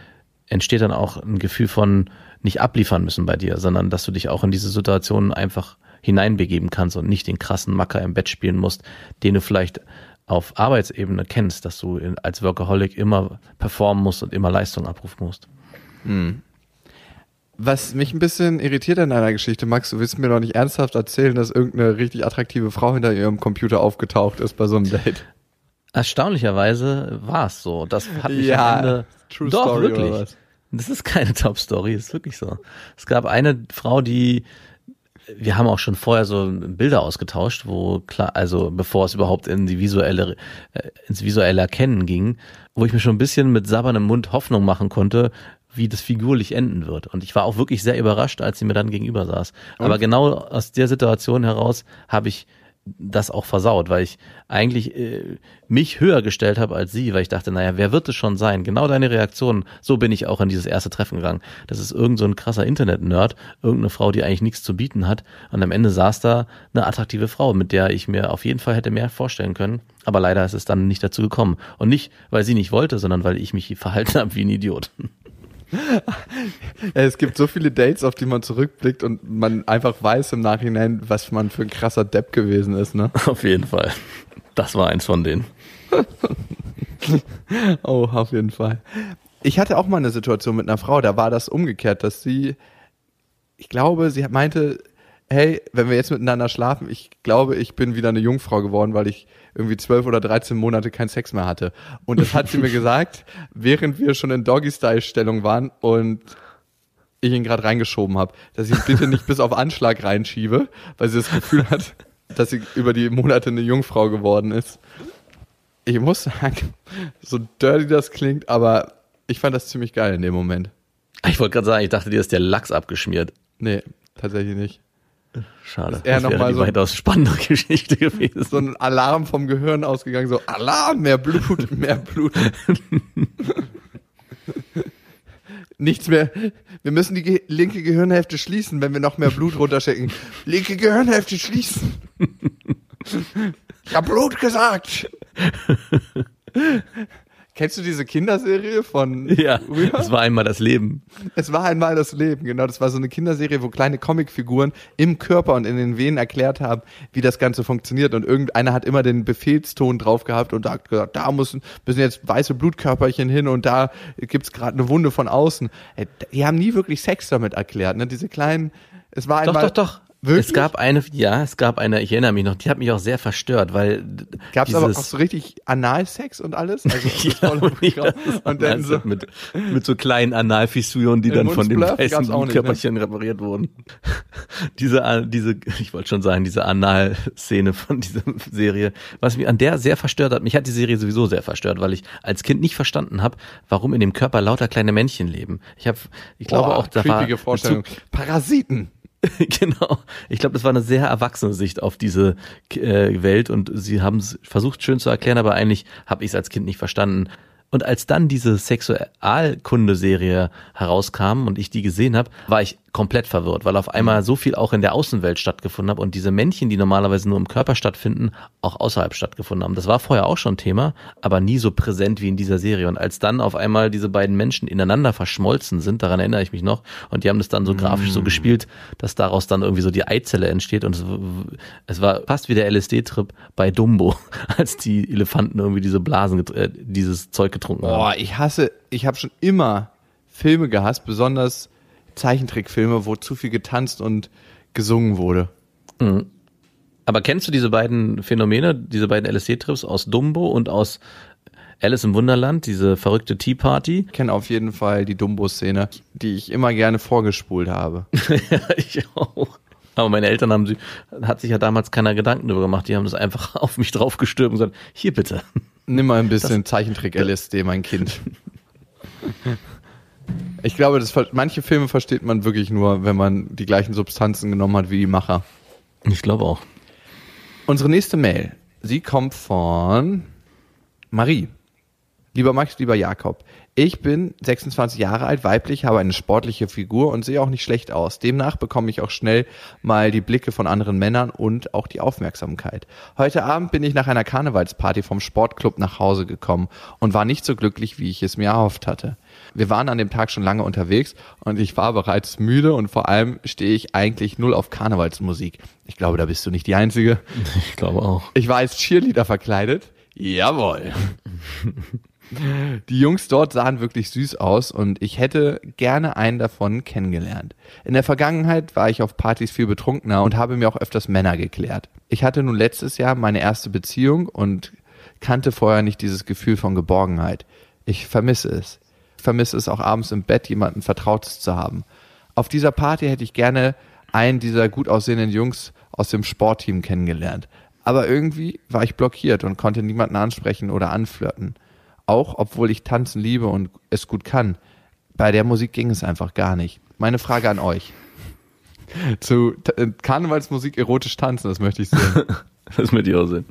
entsteht dann auch ein Gefühl von nicht abliefern müssen bei dir, sondern dass du dich auch in diese Situationen einfach hineinbegeben kannst und nicht den krassen Macker im Bett spielen musst, den du vielleicht auf Arbeitsebene kennst, dass du in, als Workaholic immer performen musst und immer Leistung abrufen musst. Hm. Was mich ein bisschen irritiert an deiner Geschichte, Max, du willst mir doch nicht ernsthaft erzählen, dass irgendeine richtig attraktive Frau hinter ihrem Computer aufgetaucht ist bei so einem Date. Erstaunlicherweise war es so. Das hat mich ja, am Ende... True Doch, Story wirklich. oder was? Das ist keine Top-Story, ist wirklich so. Es gab eine Frau, die... Wir haben auch schon vorher so Bilder ausgetauscht, wo klar, also bevor es überhaupt in die visuelle, äh, ins visuelle Erkennen ging, wo ich mir schon ein bisschen mit sabberndem Mund Hoffnung machen konnte, wie das figurlich enden wird. Und ich war auch wirklich sehr überrascht, als sie mir dann gegenüber saß. Und? Aber genau aus der Situation heraus habe ich das auch versaut, weil ich eigentlich äh, mich höher gestellt habe als sie, weil ich dachte, naja, wer wird es schon sein? Genau deine Reaktion, so bin ich auch in dieses erste Treffen gegangen. Das ist irgend so ein krasser Internet-Nerd, irgendeine Frau, die eigentlich nichts zu bieten hat, und am Ende saß da eine attraktive Frau, mit der ich mir auf jeden Fall hätte mehr vorstellen können, aber leider ist es dann nicht dazu gekommen. Und nicht, weil sie nicht wollte, sondern weil ich mich verhalten habe wie ein Idiot. Ja, es gibt so viele Dates, auf die man zurückblickt und man einfach weiß im Nachhinein, was man für ein krasser Depp gewesen ist, ne? Auf jeden Fall. Das war eins von denen. Oh, auf jeden Fall. Ich hatte auch mal eine Situation mit einer Frau, da war das umgekehrt, dass sie, ich glaube, sie meinte, hey, wenn wir jetzt miteinander schlafen, ich glaube, ich bin wieder eine Jungfrau geworden, weil ich irgendwie zwölf oder dreizehn Monate keinen Sex mehr hatte. Und das hat sie mir gesagt, während wir schon in Doggy-Style-Stellung waren und ich ihn gerade reingeschoben habe, dass ich ihn bitte nicht bis auf Anschlag reinschiebe, weil sie das Gefühl hat, dass sie über die Monate eine Jungfrau geworden ist. Ich muss sagen, so dirty das klingt, aber ich fand das ziemlich geil in dem Moment. Ich wollte gerade sagen, ich dachte, dir ist der Lachs abgeschmiert. Nee, tatsächlich nicht. Schade, eher das noch wäre mal die so weitaus spannende Geschichte gewesen. So ein Alarm vom Gehirn ausgegangen, so Alarm, mehr Blut, mehr Blut. Nichts mehr, wir müssen die ge- linke Gehirnhälfte schließen, wenn wir noch mehr Blut runterschicken. Linke Gehirnhälfte schließen. Ich hab Blut gesagt. Kennst du diese Kinderserie von Ja, früher? es war einmal das Leben. Es war einmal das Leben, genau. Das war so eine Kinderserie, wo kleine Comicfiguren im Körper und in den Venen erklärt haben, wie das Ganze funktioniert. Und irgendeiner hat immer den Befehlston drauf gehabt und hat gesagt, da müssen, müssen jetzt weiße Blutkörperchen hin und da gibt's gerade eine Wunde von außen. Die haben nie wirklich Sex damit erklärt, ne? Diese kleinen, es war einmal... Doch, doch, doch. Wirklich? Es gab eine, ja, es gab eine, ich erinnere mich noch, die hat mich auch sehr verstört, weil gab es aber auch so richtig Analsex und alles? Also ja, und, ja, und dann so mit, mit so kleinen Analfissuren, die dann von den weißen Blutkörperchen ne? repariert wurden. diese, diese, ich wollte schon sagen, diese Analszene von dieser Serie, was mich an der sehr verstört hat, mich hat die Serie sowieso sehr verstört, weil ich als Kind nicht verstanden habe, warum in dem Körper lauter kleine Männchen leben. Ich habe, ich glaube Boah, auch, da war Vorstellung. Parasiten. Genau. Ich glaube, das war eine sehr erwachsene Sicht auf diese äh, Welt und sie haben es versucht schön zu erklären, aber eigentlich habe ich es als Kind nicht verstanden. Und als dann diese Sexualkunde-Serie herauskam und ich die gesehen habe, war ich komplett verwirrt, weil auf einmal so viel auch in der Außenwelt stattgefunden hat und diese Männchen, die normalerweise nur im Körper stattfinden, auch außerhalb stattgefunden haben. Das war vorher auch schon Thema, aber nie so präsent wie in dieser Serie. Und als dann auf einmal diese beiden Menschen ineinander verschmolzen sind, daran erinnere ich mich noch, und die haben das dann so grafisch so gespielt, dass daraus dann irgendwie so die Eizelle entsteht und es, es war fast wie der L S D-Trip bei Dumbo, als die Elefanten irgendwie diese Blasen, äh, dieses Zeug getrunken haben. Boah, ich hasse, ich habe schon immer Filme gehasst, besonders Zeichentrickfilme, wo zu viel getanzt und gesungen wurde. Mhm. Aber kennst du diese beiden Phänomene, diese beiden L S D-Trips aus Dumbo und aus Alice im Wunderland, diese verrückte Tea Party? Ich kenne auf jeden Fall die Dumbo-Szene, die ich immer gerne vorgespult habe. Ja, ich auch. Aber meine Eltern haben sie, hat sich ja damals keiner Gedanken darüber gemacht, die haben das einfach auf mich draufgestürmt und gesagt, hier bitte. Nimm mal ein bisschen Zeichentrick-L S D, mein Kind. Ich glaube, das, manche Filme versteht man wirklich nur, wenn man die gleichen Substanzen genommen hat wie die Macher. Ich glaube auch. Unsere nächste Mail, sie kommt von Marie. Lieber Max, lieber Jakob, ich bin sechsundzwanzig Jahre alt, weiblich, habe eine sportliche Figur und sehe auch nicht schlecht aus. Demnach bekomme ich auch schnell mal die Blicke von anderen Männern und auch die Aufmerksamkeit. Heute Abend bin ich nach einer Karnevalsparty vom Sportclub nach Hause gekommen und war nicht so glücklich, wie ich es mir erhofft hatte. Wir waren an dem Tag schon lange unterwegs und ich war bereits müde und vor allem stehe ich eigentlich null auf Karnevalsmusik. Ich glaube, da bist du nicht die Einzige. Ich glaube auch. Ich war als Cheerleader verkleidet. Jawohl. Die Jungs dort sahen wirklich süß aus und ich hätte gerne einen davon kennengelernt. In der Vergangenheit war ich auf Partys viel betrunkener und habe mir auch öfters Männer geklärt. Ich hatte nun letztes Jahr meine erste Beziehung und kannte vorher nicht dieses Gefühl von Geborgenheit. Ich vermisse es. Ich vermisse es auch abends im Bett, jemanden Vertrautes zu haben. Auf dieser Party hätte ich gerne einen dieser gut aussehenden Jungs aus dem Sportteam kennengelernt. Aber irgendwie war ich blockiert und konnte niemanden ansprechen oder anflirten. Auch obwohl ich tanzen liebe und es gut kann. Bei der Musik ging es einfach gar nicht. Meine Frage an euch. Zu T- Karnevalsmusik erotisch tanzen, das möchte ich sehen. Das möchte ich auch sehen.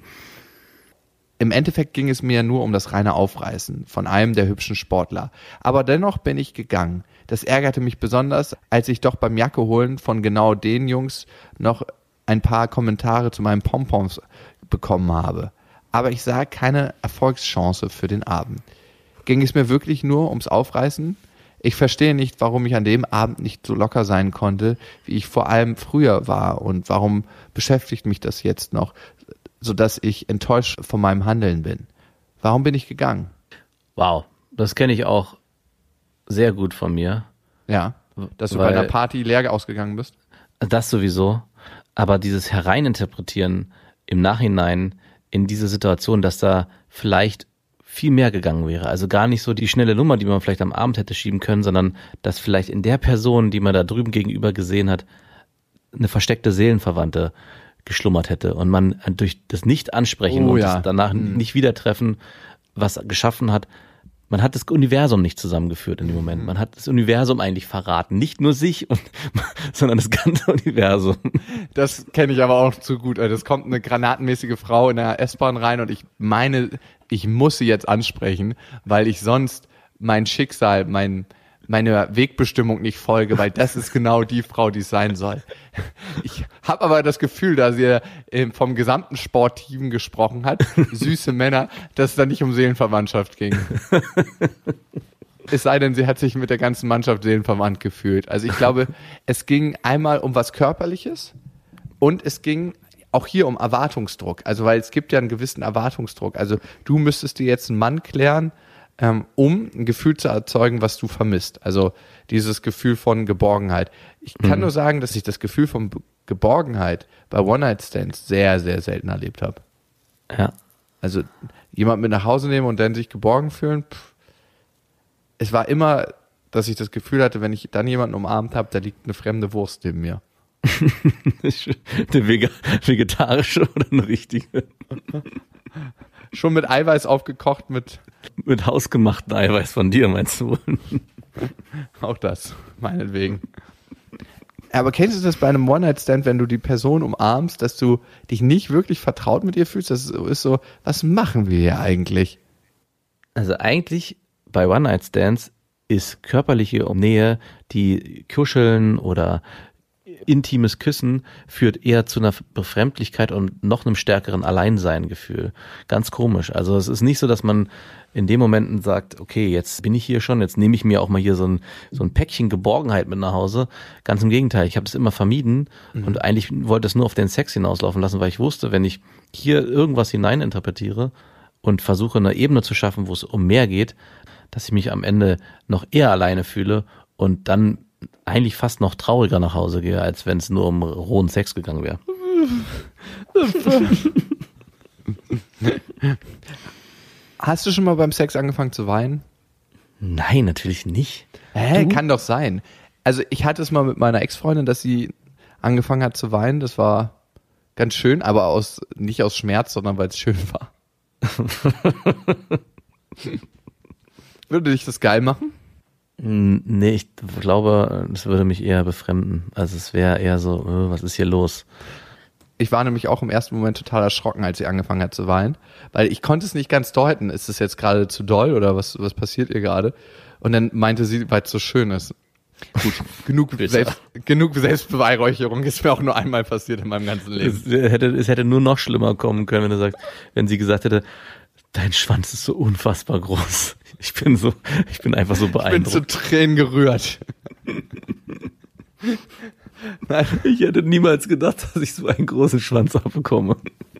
Im Endeffekt ging es mir nur um das reine Aufreißen von einem der hübschen Sportler. Aber dennoch bin ich gegangen. Das ärgerte mich besonders, als ich doch beim Jacke holen von genau den Jungs noch ein paar Kommentare zu meinen Pompons bekommen habe. Aber ich sah keine Erfolgschance für den Abend. Ging es mir wirklich nur ums Aufreißen? Ich verstehe nicht, warum ich an dem Abend nicht so locker sein konnte, wie ich vor allem früher war und warum beschäftigt mich das jetzt noch, sodass ich enttäuscht von meinem Handeln bin. Warum bin ich gegangen? Wow, das kenne ich auch sehr gut von mir. Ja, dass du Weil, bei einer Party leer ausgegangen bist? Das sowieso, aber dieses Hereininterpretieren im Nachhinein in diese Situation, dass da vielleicht viel mehr gegangen wäre. Also gar nicht so die schnelle Nummer, die man vielleicht am Abend hätte schieben können, sondern dass vielleicht in der Person, die man da drüben gegenüber gesehen hat, eine versteckte Seelenverwandte geschlummert hätte und man durch das Nicht-Ansprechen oh, und ja. das danach hm. nicht Wiedertreffen was geschaffen hat, man hat das Universum nicht zusammengeführt in dem Moment. Man hat das Universum eigentlich verraten. Nicht nur sich, und, sondern das ganze Universum. Das kenne ich aber auch zu gut. Es kommt eine granatenmäßige Frau in der S-Bahn rein und ich meine, ich muss sie jetzt ansprechen, weil ich sonst mein Schicksal, mein, meine Wegbestimmung nicht folge, weil das ist genau die Frau, die es sein soll. Ich habe aber das Gefühl, da sie vom gesamten Sportteam gesprochen hat, süße Männer, dass es da nicht um Seelenverwandtschaft ging. Es sei denn, sie hat sich mit der ganzen Mannschaft seelenverwandt gefühlt. Also ich glaube, es ging einmal um was Körperliches und es ging auch hier um Erwartungsdruck. Also weil es gibt ja einen gewissen Erwartungsdruck. Also du müsstest dir jetzt einen Mann klären, ähm, um ein Gefühl zu erzeugen, was du vermisst. Also dieses Gefühl von Geborgenheit. Ich kann mhm. nur sagen, dass ich das Gefühl von Geborgenheit bei One-Night-Stands sehr, sehr selten erlebt habe. Ja. Also jemand mit nach Hause nehmen und dann sich geborgen fühlen, pff. Es war immer, dass ich das Gefühl hatte, wenn ich dann jemanden umarmt habe, da liegt eine fremde Wurst neben mir. Eine Vega- vegetarische oder eine richtige? Schon mit Eiweiß aufgekocht, mit... Mit hausgemachten Eiweiß von dir, meinst du wohl? Auch das, meinetwegen. Aber kennst du das bei einem One-Night-Stand, wenn du die Person umarmst, dass du dich nicht wirklich vertraut mit ihr fühlst? Das ist so, was machen wir hier eigentlich? Also eigentlich bei One-Night-Stands ist körperliche Nähe, die Kuscheln oder intimes Küssen führt eher zu einer Befremdlichkeit und noch einem stärkeren Alleinsein-Gefühl. Ganz komisch. Also es ist nicht so, dass man in dem Momenten sagt, okay, jetzt bin ich hier schon, jetzt nehme ich mir auch mal hier so ein, so ein Päckchen Geborgenheit mit nach Hause. Ganz im Gegenteil, ich habe das immer vermieden mhm. und eigentlich wollte es nur auf den Sex hinauslaufen lassen, weil ich wusste, wenn ich hier irgendwas hineininterpretiere und versuche eine Ebene zu schaffen, wo es um mehr geht, dass ich mich am Ende noch eher alleine fühle und dann eigentlich fast noch trauriger nach Hause gehe, als wenn es nur um rohen Sex gegangen wäre. Hast du schon mal beim Sex angefangen zu weinen? Nein, natürlich nicht. Hä, kann doch sein. Also ich hatte es mal mit meiner Ex-Freundin, dass sie angefangen hat zu weinen. Das war ganz schön, aber aus nicht aus Schmerz, sondern weil es schön war. Würde dich das geil machen? Nee, ich glaube, das würde mich eher befremden. Also es wäre eher so, was ist hier los? Ich war nämlich auch im ersten Moment total erschrocken, als sie angefangen hat zu weinen, weil ich konnte es nicht ganz deuten. Ist es jetzt gerade zu doll oder was, was passiert ihr gerade? Und dann meinte sie, weil es so schön ist. Gut, genug, Selbst, genug Selbstbeweihräucherung ist mir auch nur einmal passiert in meinem ganzen Leben. Es hätte, es hätte nur noch schlimmer kommen können, wenn du sagst, wenn sie gesagt hätte, dein Schwanz ist so unfassbar groß. Ich bin so, ich bin einfach so beeindruckt. Ich bin zu Tränen gerührt. Nein, ich hätte niemals gedacht, dass ich so einen großen Schwanz abbekomme.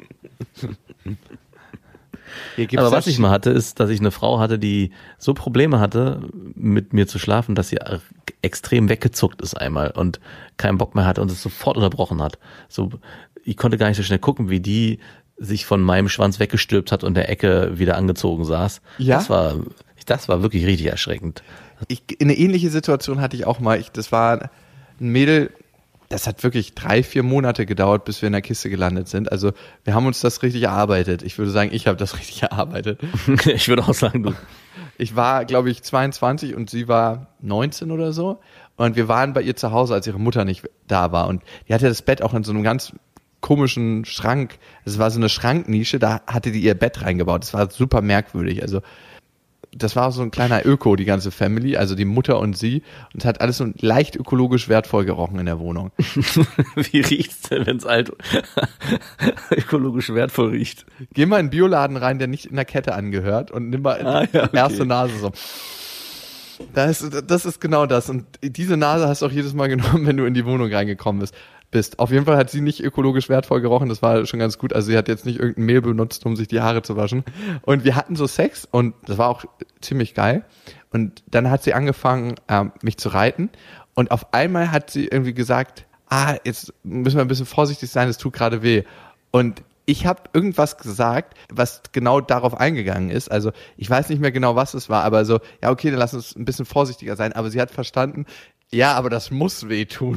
Aber was ich mal hatte, ist, dass ich eine Frau hatte, die so Probleme hatte, mit mir zu schlafen, dass sie extrem weggezuckt ist einmal und keinen Bock mehr hatte und es sofort unterbrochen hat. So, ich konnte gar nicht so schnell gucken, wie die sich von meinem Schwanz weggestülpt hat und in der Ecke wieder angezogen saß. Ja? Das war, das war wirklich richtig erschreckend. Ich, eine ähnliche Situation hatte ich auch mal. Ich, das war ein Mädel, das hat wirklich drei, vier Monate gedauert, bis wir in der Kiste gelandet sind. Also wir haben uns das richtig erarbeitet. Ich würde sagen, ich habe das richtig erarbeitet. Ich würde auch sagen, du. Ich war, glaube ich, zweiundzwanzig und sie war neunzehn oder so. Und wir waren bei ihr zu Hause, als ihre Mutter nicht da war. Und die hatte das Bett auch in so einem ganz komischen Schrank. Es war so eine Schranknische, da hatte die ihr Bett reingebaut. Das war super merkwürdig. Also das war so ein kleiner Öko, die ganze Family, also die Mutter und sie. Und es hat alles so leicht ökologisch wertvoll gerochen in der Wohnung. Wie riecht's denn, wenn es alt ökologisch wertvoll riecht? Geh mal in einen Bioladen rein, der nicht in der Kette angehört und nimm mal ah, ja, okay. erste Nase so. Das ist, das ist genau das. Und diese Nase hast du auch jedes Mal genommen, wenn du in die Wohnung reingekommen bist. bist. Auf jeden Fall hat sie nicht ökologisch wertvoll gerochen, das war schon ganz gut. Also sie hat jetzt nicht irgendein Mehl benutzt, um sich die Haare zu waschen. Und wir hatten so Sex und das war auch ziemlich geil. Und dann hat sie angefangen, ähm, mich zu reiten. Und auf einmal hat sie irgendwie gesagt, ah, jetzt müssen wir ein bisschen vorsichtig sein, es tut gerade weh. Und ich habe irgendwas gesagt, was genau darauf eingegangen ist. Also ich weiß nicht mehr genau, was es war, aber so, ja okay, dann lass uns ein bisschen vorsichtiger sein. Aber sie hat verstanden, ja, aber das muss wehtun.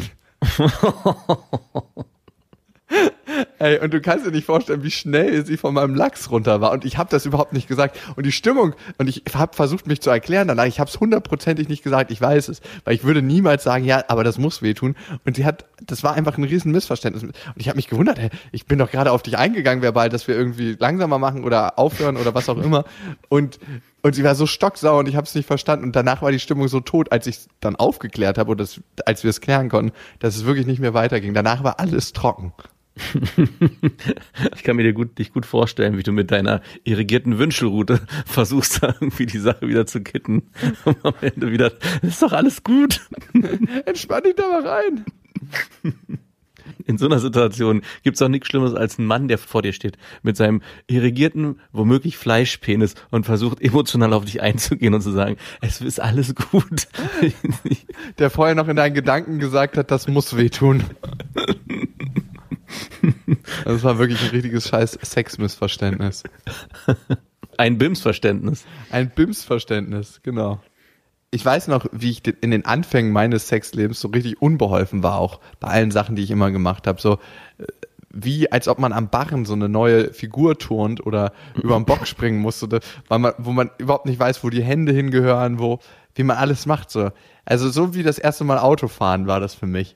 Ey, und du kannst dir nicht vorstellen, wie schnell sie von meinem Lachs runter war. Und ich habe das überhaupt nicht gesagt. Und die Stimmung, und ich habe versucht, mich zu erklären danach, ich habe es hundertprozentig nicht gesagt, ich weiß es. Weil ich würde niemals sagen, ja, aber das muss wehtun. Und sie hat, das war einfach ein riesen Missverständnis. Und ich habe mich gewundert, ey, ich bin doch gerade auf dich eingegangen, verbal, dass wir irgendwie langsamer machen oder aufhören oder was auch immer. Und Und sie war so stocksauer und ich habe es nicht verstanden. Und danach war die Stimmung so tot, als ich es dann aufgeklärt habe und das, als wir es klären konnten, dass es wirklich nicht mehr weiterging. Danach war alles trocken. Ich kann mir dir gut, dich gut vorstellen, wie du mit deiner irrigierten Wünschelrute versuchst, irgendwie die Sache wieder zu kitten. Und am Ende wieder, ist doch alles gut. Entspann dich da mal rein. In so einer Situation gibt's auch nichts Schlimmeres als ein Mann, der vor dir steht, mit seinem irrigierten, womöglich Fleischpenis und versucht emotional auf dich einzugehen und zu sagen, es ist alles gut. Der vorher noch in deinen Gedanken gesagt hat, das muss wehtun. Das war wirklich ein richtiges scheiß Sexmissverständnis. Ein Bimsverständnis. Ein Bimsverständnis, genau. Ich weiß noch, wie ich in den Anfängen meines Sexlebens so richtig unbeholfen war, auch bei allen Sachen, die ich immer gemacht habe. So wie, als ob man am Barren so eine neue Figur turnt oder über den Bock springen muss, oder, weil man, wo man überhaupt nicht weiß, wo die Hände hingehören, wo, wie man alles macht. So. Also so wie das erste Mal Autofahren war das für mich.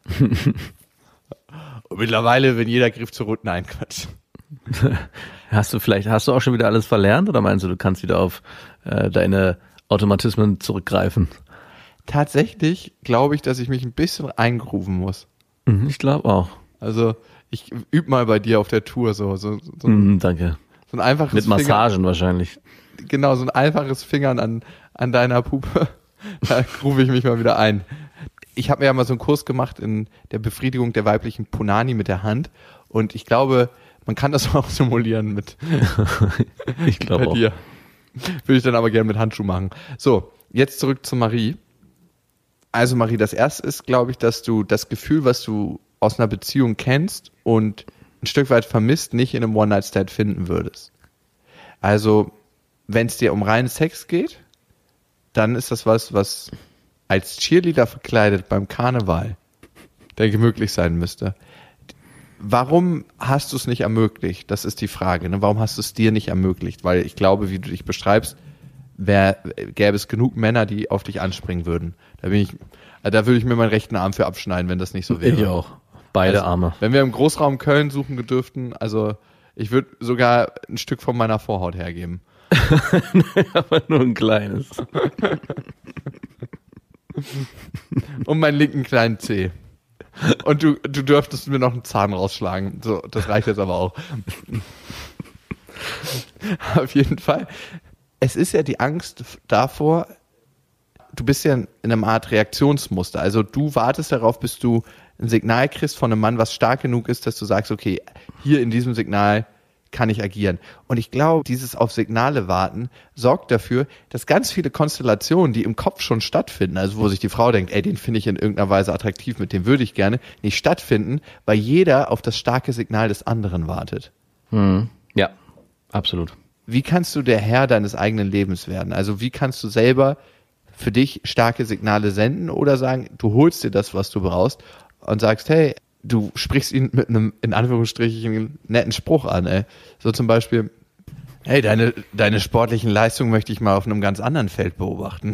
Und mittlerweile, wenn jeder Griff zur Route, nein, Quatsch. Hast du vielleicht, hast du auch schon wieder alles verlernt oder meinst du, du kannst wieder auf äh, deine Automatismen zurückgreifen? Tatsächlich glaube ich, dass ich mich ein bisschen eingrooven muss. Ich glaube auch. Also ich übe mal bei dir auf der Tour so. so, so mm, danke. So ein einfaches Mit Massagen Finger, wahrscheinlich. Genau, so ein einfaches Fingern an, an deiner Puppe. Da groove ich mich mal wieder ein. Ich habe mir ja mal so einen Kurs gemacht in der Befriedigung der weiblichen Punani mit der Hand. Und ich glaube, man kann das auch simulieren mit ich glaube bei dir. Würde ich dann aber gerne mit Handschuh machen. So, jetzt zurück zu Marie. Also Marie, das erste ist, glaube ich, dass du das Gefühl, was du aus einer Beziehung kennst und ein Stück weit vermisst, nicht in einem One-Night-Stand finden würdest. Also, wenn es dir um reinen Sex geht, dann ist das was, was als Cheerleader verkleidet beim Karneval, denke ich, möglich sein müsste. Warum hast du es nicht ermöglicht? Das ist die Frage. Ne? Warum hast du es dir nicht ermöglicht? Weil ich glaube, wie du dich beschreibst, wär, gäbe es genug Männer, die auf dich anspringen würden. Da bin ich, da würde ich mir meinen rechten Arm für abschneiden, wenn das nicht so wäre. Ich auch. Beide also, Arme. Wenn wir im Großraum Köln suchen dürften, also ich würde sogar ein Stück von meiner Vorhaut hergeben. Aber nur ein kleines. Und meinen linken kleinen Zeh. Und du, du dürftest mir noch einen Zahn rausschlagen. So, das reicht jetzt aber auch. Auf jeden Fall. Es ist ja die Angst davor, du bist ja in einer Art Reaktionsmuster. Also du wartest darauf, bis du ein Signal kriegst von einem Mann, was stark genug ist, dass du sagst, okay, hier in diesem Signal kann ich agieren. Und ich glaube, dieses auf Signale warten sorgt dafür, dass ganz viele Konstellationen, die im Kopf schon stattfinden, also wo sich die Frau denkt, ey, den finde ich in irgendeiner Weise attraktiv, mit dem würde ich gerne, nicht stattfinden, weil jeder auf das starke Signal des anderen wartet. Hm. Ja, absolut. Wie kannst du der Herr deines eigenen Lebens werden? Also wie kannst du selber für dich starke Signale senden oder sagen, du holst dir das, was du brauchst und sagst, hey, du sprichst ihn mit einem, in Anführungsstrichen, netten Spruch an, ey. So zum Beispiel, hey, deine, deine sportlichen Leistungen möchte ich mal auf einem ganz anderen Feld beobachten.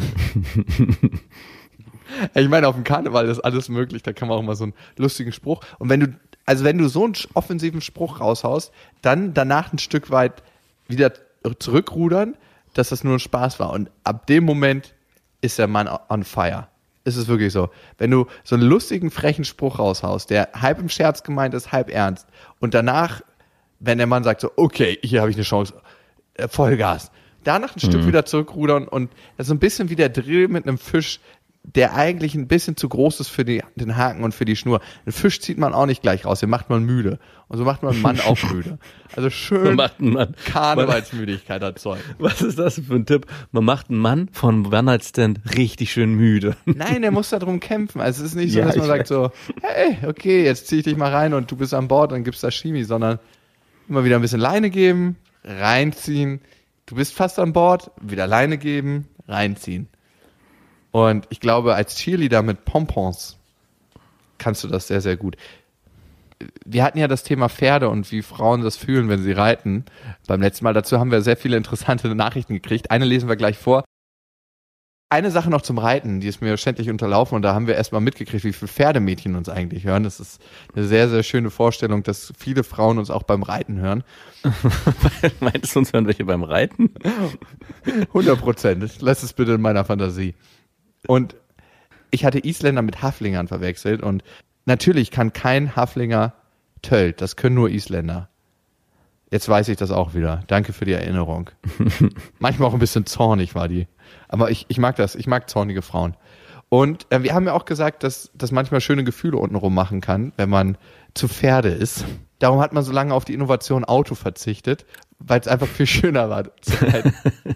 Ich meine, auf dem Karneval ist alles möglich, da kann man auch mal so einen lustigen Spruch. Und wenn du, also wenn du so einen offensiven Spruch raushaust, dann danach ein Stück weit wieder zurückrudern, dass das nur ein Spaß war. Und ab dem Moment ist der Mann on fire. Ist es wirklich so. Wenn du so einen lustigen, frechen Spruch raushaust, der halb im Scherz gemeint ist, halb ernst, und danach, wenn der Mann sagt so, okay, hier habe ich eine Chance, äh, Vollgas, danach ein mhm. Stück wieder zurückrudern und das ist ein bisschen wie der Drill mit einem Fisch, der eigentlich ein bisschen zu groß ist für die, den Haken und für die Schnur. Einen Fisch zieht man auch nicht gleich raus, den macht man müde. Und so macht man einen Mann auch müde. Also schön Karnevalsmüdigkeit erzeugen. Was ist das für ein Tipp? Man macht einen Mann von One-Night-Stand richtig schön müde. Nein, der muss da drum kämpfen. Also es ist nicht so, Ja, dass man ich sagt weiß. so, hey, okay, jetzt zieh ich dich mal rein und du bist an Bord, dann gibt's da Chemie, sondern immer wieder ein bisschen Leine geben, reinziehen. Du bist fast an Bord, wieder Leine geben, reinziehen. Und ich glaube, als Cheerleader mit Pompons kannst du das sehr, sehr gut. Wir hatten ja das Thema Pferde und wie Frauen das fühlen, wenn sie reiten. Beim letzten Mal dazu haben wir sehr viele interessante Nachrichten gekriegt. Eine lesen wir gleich vor. Eine Sache noch zum Reiten, die ist mir schändlich unterlaufen und da haben wir erstmal mitgekriegt, wie viele Pferdemädchen uns eigentlich hören. Das ist eine sehr, sehr schöne Vorstellung, dass viele Frauen uns auch beim Reiten hören. Meinst du, uns hören welche beim Reiten? hundert Prozent. Lass es bitte in meiner Fantasie. Und ich hatte Isländer mit Haflingern verwechselt und natürlich kann kein Haflinger Tölt, das können nur Isländer. Jetzt weiß ich das auch wieder. Danke für die Erinnerung. Manchmal auch ein bisschen zornig war die. Aber ich, ich mag das, ich mag zornige Frauen. Und äh, wir haben ja auch gesagt, dass das manchmal schöne Gefühle untenrum machen kann, wenn man zu Pferde ist. Darum hat man so lange auf die Innovation Auto verzichtet, weil es einfach viel schöner war zu reiten.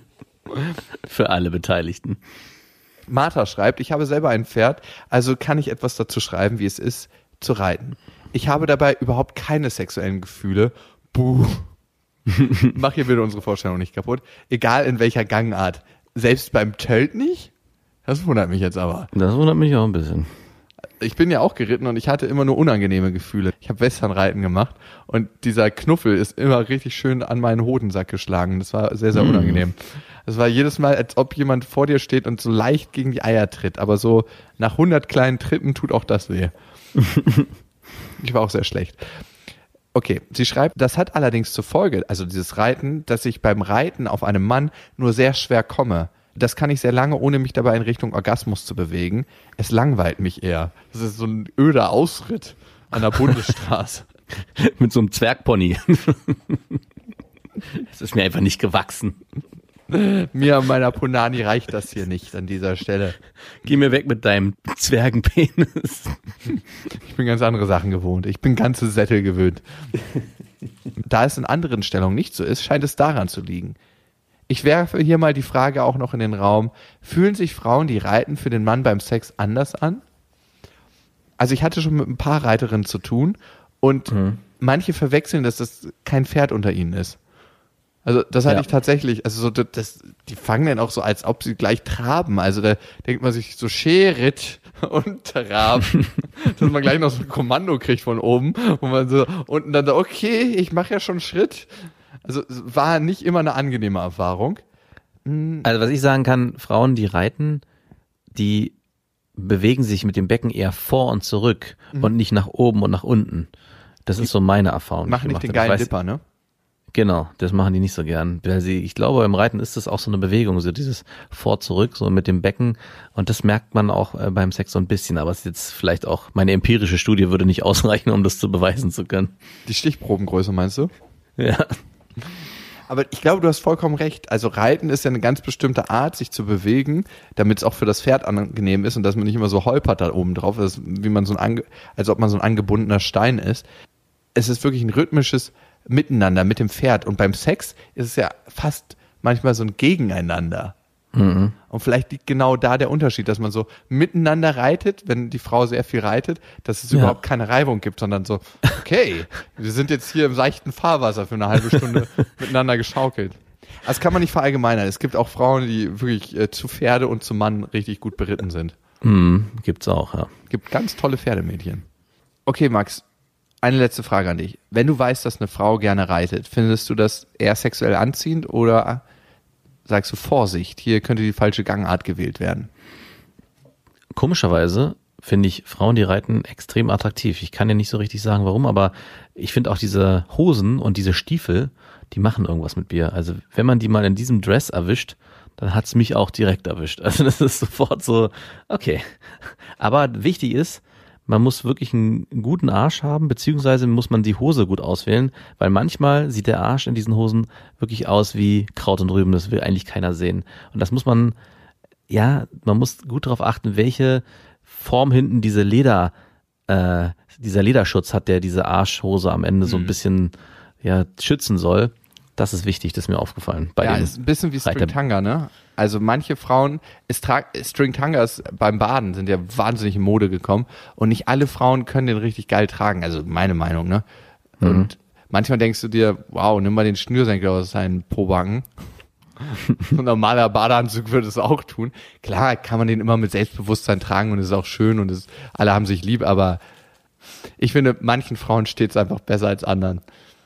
Für alle Beteiligten. Martha schreibt, ich habe selber ein Pferd, also kann ich etwas dazu schreiben, wie es ist, zu reiten. Ich habe dabei überhaupt keine sexuellen Gefühle. Buh. Mach hier bitte unsere Vorstellung nicht kaputt. Egal in welcher Gangart. Selbst beim Tölt nicht? Das wundert mich jetzt aber. Das wundert mich auch ein bisschen. Ich bin ja auch geritten und ich hatte immer nur unangenehme Gefühle. Ich habe Westernreiten gemacht und dieser Knuffel ist immer richtig schön an meinen Hodensack geschlagen. Das war sehr, sehr Mm. unangenehm. Das war jedes Mal, als ob jemand vor dir steht und so leicht gegen die Eier tritt. Aber so nach hundert kleinen Tritten tut auch das weh. Ich war auch sehr schlecht. Okay, sie schreibt, das hat allerdings zur Folge, also dieses Reiten, dass ich beim Reiten auf einem Mann nur sehr schwer komme. Das kann ich sehr lange, ohne mich dabei in Richtung Orgasmus zu bewegen. Es langweilt mich eher. Das ist so ein öder Ausritt an der Bundesstraße. Mit so einem Zwergpony. Das ist mir einfach nicht gewachsen. Mir und meiner Punani reicht das hier nicht an dieser Stelle. Geh mir weg mit deinem Zwergenpenis. Ich bin ganz andere Sachen gewohnt. Ich bin ganze Sättel gewöhnt. Da es in anderen Stellungen nicht so ist, scheint es daran zu liegen. Ich werfe hier mal die Frage auch noch in den Raum. Fühlen sich Frauen, die reiten, für den Mann beim Sex anders an? Also ich hatte schon mit ein paar Reiterinnen zu tun und mhm. manche verwechseln, dass das kein Pferd unter ihnen ist. Also das hatte ja. ich tatsächlich, also so das, die fangen dann auch so, als ob sie gleich traben. Also da denkt man sich so Scherit und traben, dass man gleich noch so ein Kommando kriegt von oben, wo man so unten dann so, okay, ich mache ja schon Schritt. Also es war nicht immer eine angenehme Erfahrung. Also was ich sagen kann, Frauen, die reiten, die bewegen sich mit dem Becken eher vor und zurück mhm. und nicht nach oben und nach unten. Das ist so meine Erfahrung. Machen nicht den geilen weiß, Dipper, ne? Genau, das machen die nicht so gern. Weil sie, ich glaube, im Reiten ist das auch so eine Bewegung, so dieses Vor-Zurück, so mit dem Becken. Und das merkt man auch äh, beim Sex so ein bisschen. Aber es ist jetzt vielleicht auch, meine empirische Studie würde nicht ausreichen, um das zu beweisen zu können. Die Stichprobengröße meinst du? Ja. Aber ich glaube, du hast vollkommen recht. Also Reiten ist ja eine ganz bestimmte Art, sich zu bewegen, damit es auch für das Pferd angenehm ist und dass man nicht immer so holpert da oben drauf, das ist, wie man so ein, ange- als ob man so ein angebundener Stein ist. Es ist wirklich ein rhythmisches Miteinander mit dem Pferd. Und beim Sex ist es ja fast manchmal so ein Gegeneinander. Mhm. Und vielleicht liegt genau da der Unterschied, dass man so miteinander reitet, wenn die Frau sehr viel reitet, dass es ja. überhaupt keine Reibung gibt, sondern so, okay, wir sind jetzt hier im seichten Fahrwasser für eine halbe Stunde miteinander geschaukelt. Das kann man nicht verallgemeinern. Es gibt auch Frauen, die wirklich äh, zu Pferde und zu Mann richtig gut beritten sind. Mhm, gibt's auch, ja. Gibt ganz tolle Pferdemädchen. Okay, Max, eine letzte Frage an dich. Wenn du weißt, dass eine Frau gerne reitet, findest du das eher sexuell anziehend oder sagst du, Vorsicht, hier könnte die falsche Gangart gewählt werden? Komischerweise finde ich Frauen, die reiten, extrem attraktiv. Ich kann ja nicht so richtig sagen, warum, aber ich finde auch diese Hosen und diese Stiefel, die machen irgendwas mit mir. Also wenn man die mal in diesem Dress erwischt, dann hat's mich auch direkt erwischt. Also das ist sofort so, okay. Aber wichtig ist, man muss wirklich einen guten Arsch haben, beziehungsweise muss man die Hose gut auswählen, weil manchmal sieht der Arsch in diesen Hosen wirklich aus wie Kraut und Rüben, das will eigentlich keiner sehen. Und das muss man, ja, man muss gut darauf achten, welche Form hinten diese Leder, äh, dieser Lederschutz hat, der diese Arschhose am Ende so ein bisschen, ja, schützen soll. Das ist wichtig, das ist mir aufgefallen. Bei ja, ist ein bisschen wie String-Tanga, ne? Also manche Frauen, String-Tangas beim Baden sind ja wahnsinnig in Mode gekommen und nicht alle Frauen können den richtig geil tragen, also meine Meinung, ne? Mhm. Und manchmal denkst du dir, wow, nimm mal den Schnürsenkel aus seinen Pobacken. Ein normaler Badeanzug würde es auch tun. Klar kann man den immer mit Selbstbewusstsein tragen und es ist auch schön und es, alle haben sich lieb, aber ich finde, manchen Frauen steht es einfach besser als anderen.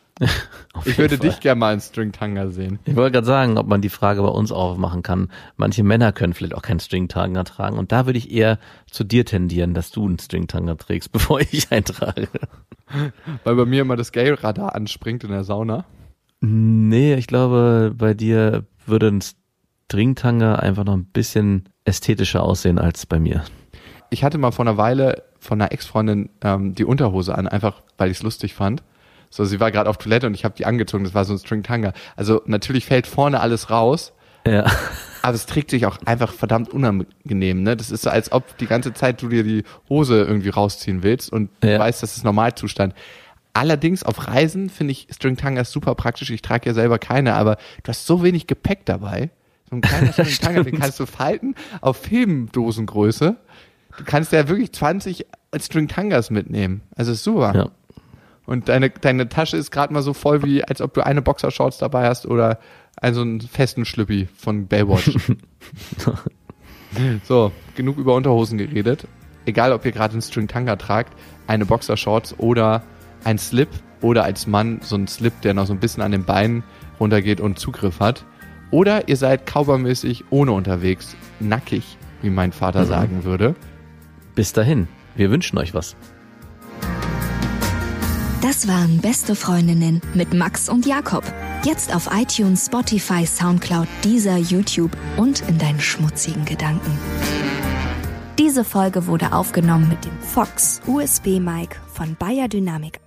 Ich würde Fall. dich gerne mal in String-Tanga sehen. Ich wollte gerade sagen, ob man die Frage bei uns aufmachen kann. Manche Männer können vielleicht auch keinen String-Tanga tragen und da würde ich eher zu dir tendieren, dass du einen String-Tanga trägst, bevor ich einen trage. Weil bei mir immer das Gay-Radar anspringt in der Sauna. Nee, ich glaube, bei dir würde ein String-Tanga einfach noch ein bisschen ästhetischer aussehen als bei mir. Ich hatte mal vor einer Weile von einer Ex-Freundin ähm, die Unterhose an, einfach weil ich es lustig fand. So, sie war gerade auf Toilette und ich habe die angezogen, das war so ein String-Tanga. Also natürlich fällt vorne alles raus, ja. Aber es trägt sich auch einfach verdammt unangenehm. Ne? Das ist so, als ob die ganze Zeit du dir die Hose irgendwie rausziehen willst und ja. du weißt, das ist Normalzustand. Allerdings auf Reisen finde ich String-Tangas super praktisch. Ich trage ja selber keine, aber du hast so wenig Gepäck dabei. So ein kleiner String-Tanga, den kannst du falten auf Filmdosengröße. Du kannst ja wirklich zwanzig String-Tangas mitnehmen. Also ist super. Ja. Und deine, deine Tasche ist gerade mal so voll, wie als ob du eine Boxershorts dabei hast oder einen so einen festen Schlüppi von Baywatch. So, genug über Unterhosen geredet. Egal, ob ihr gerade einen String-Tanga tragt, eine Boxershorts oder ein Slip oder als Mann so ein Slip, der noch so ein bisschen an den Beinen runtergeht und Zugriff hat. Oder ihr seid cowboymäßig ohne unterwegs, nackig, wie mein Vater mhm. sagen würde. Bis dahin, wir wünschen euch was. Das waren Beste Freundinnen mit Max und Jakob. Jetzt auf iTunes, Spotify, Soundcloud, Deezer, YouTube und in deinen schmutzigen Gedanken. Diese Folge wurde aufgenommen mit dem Fox U S B-Mic von Bayer Dynamic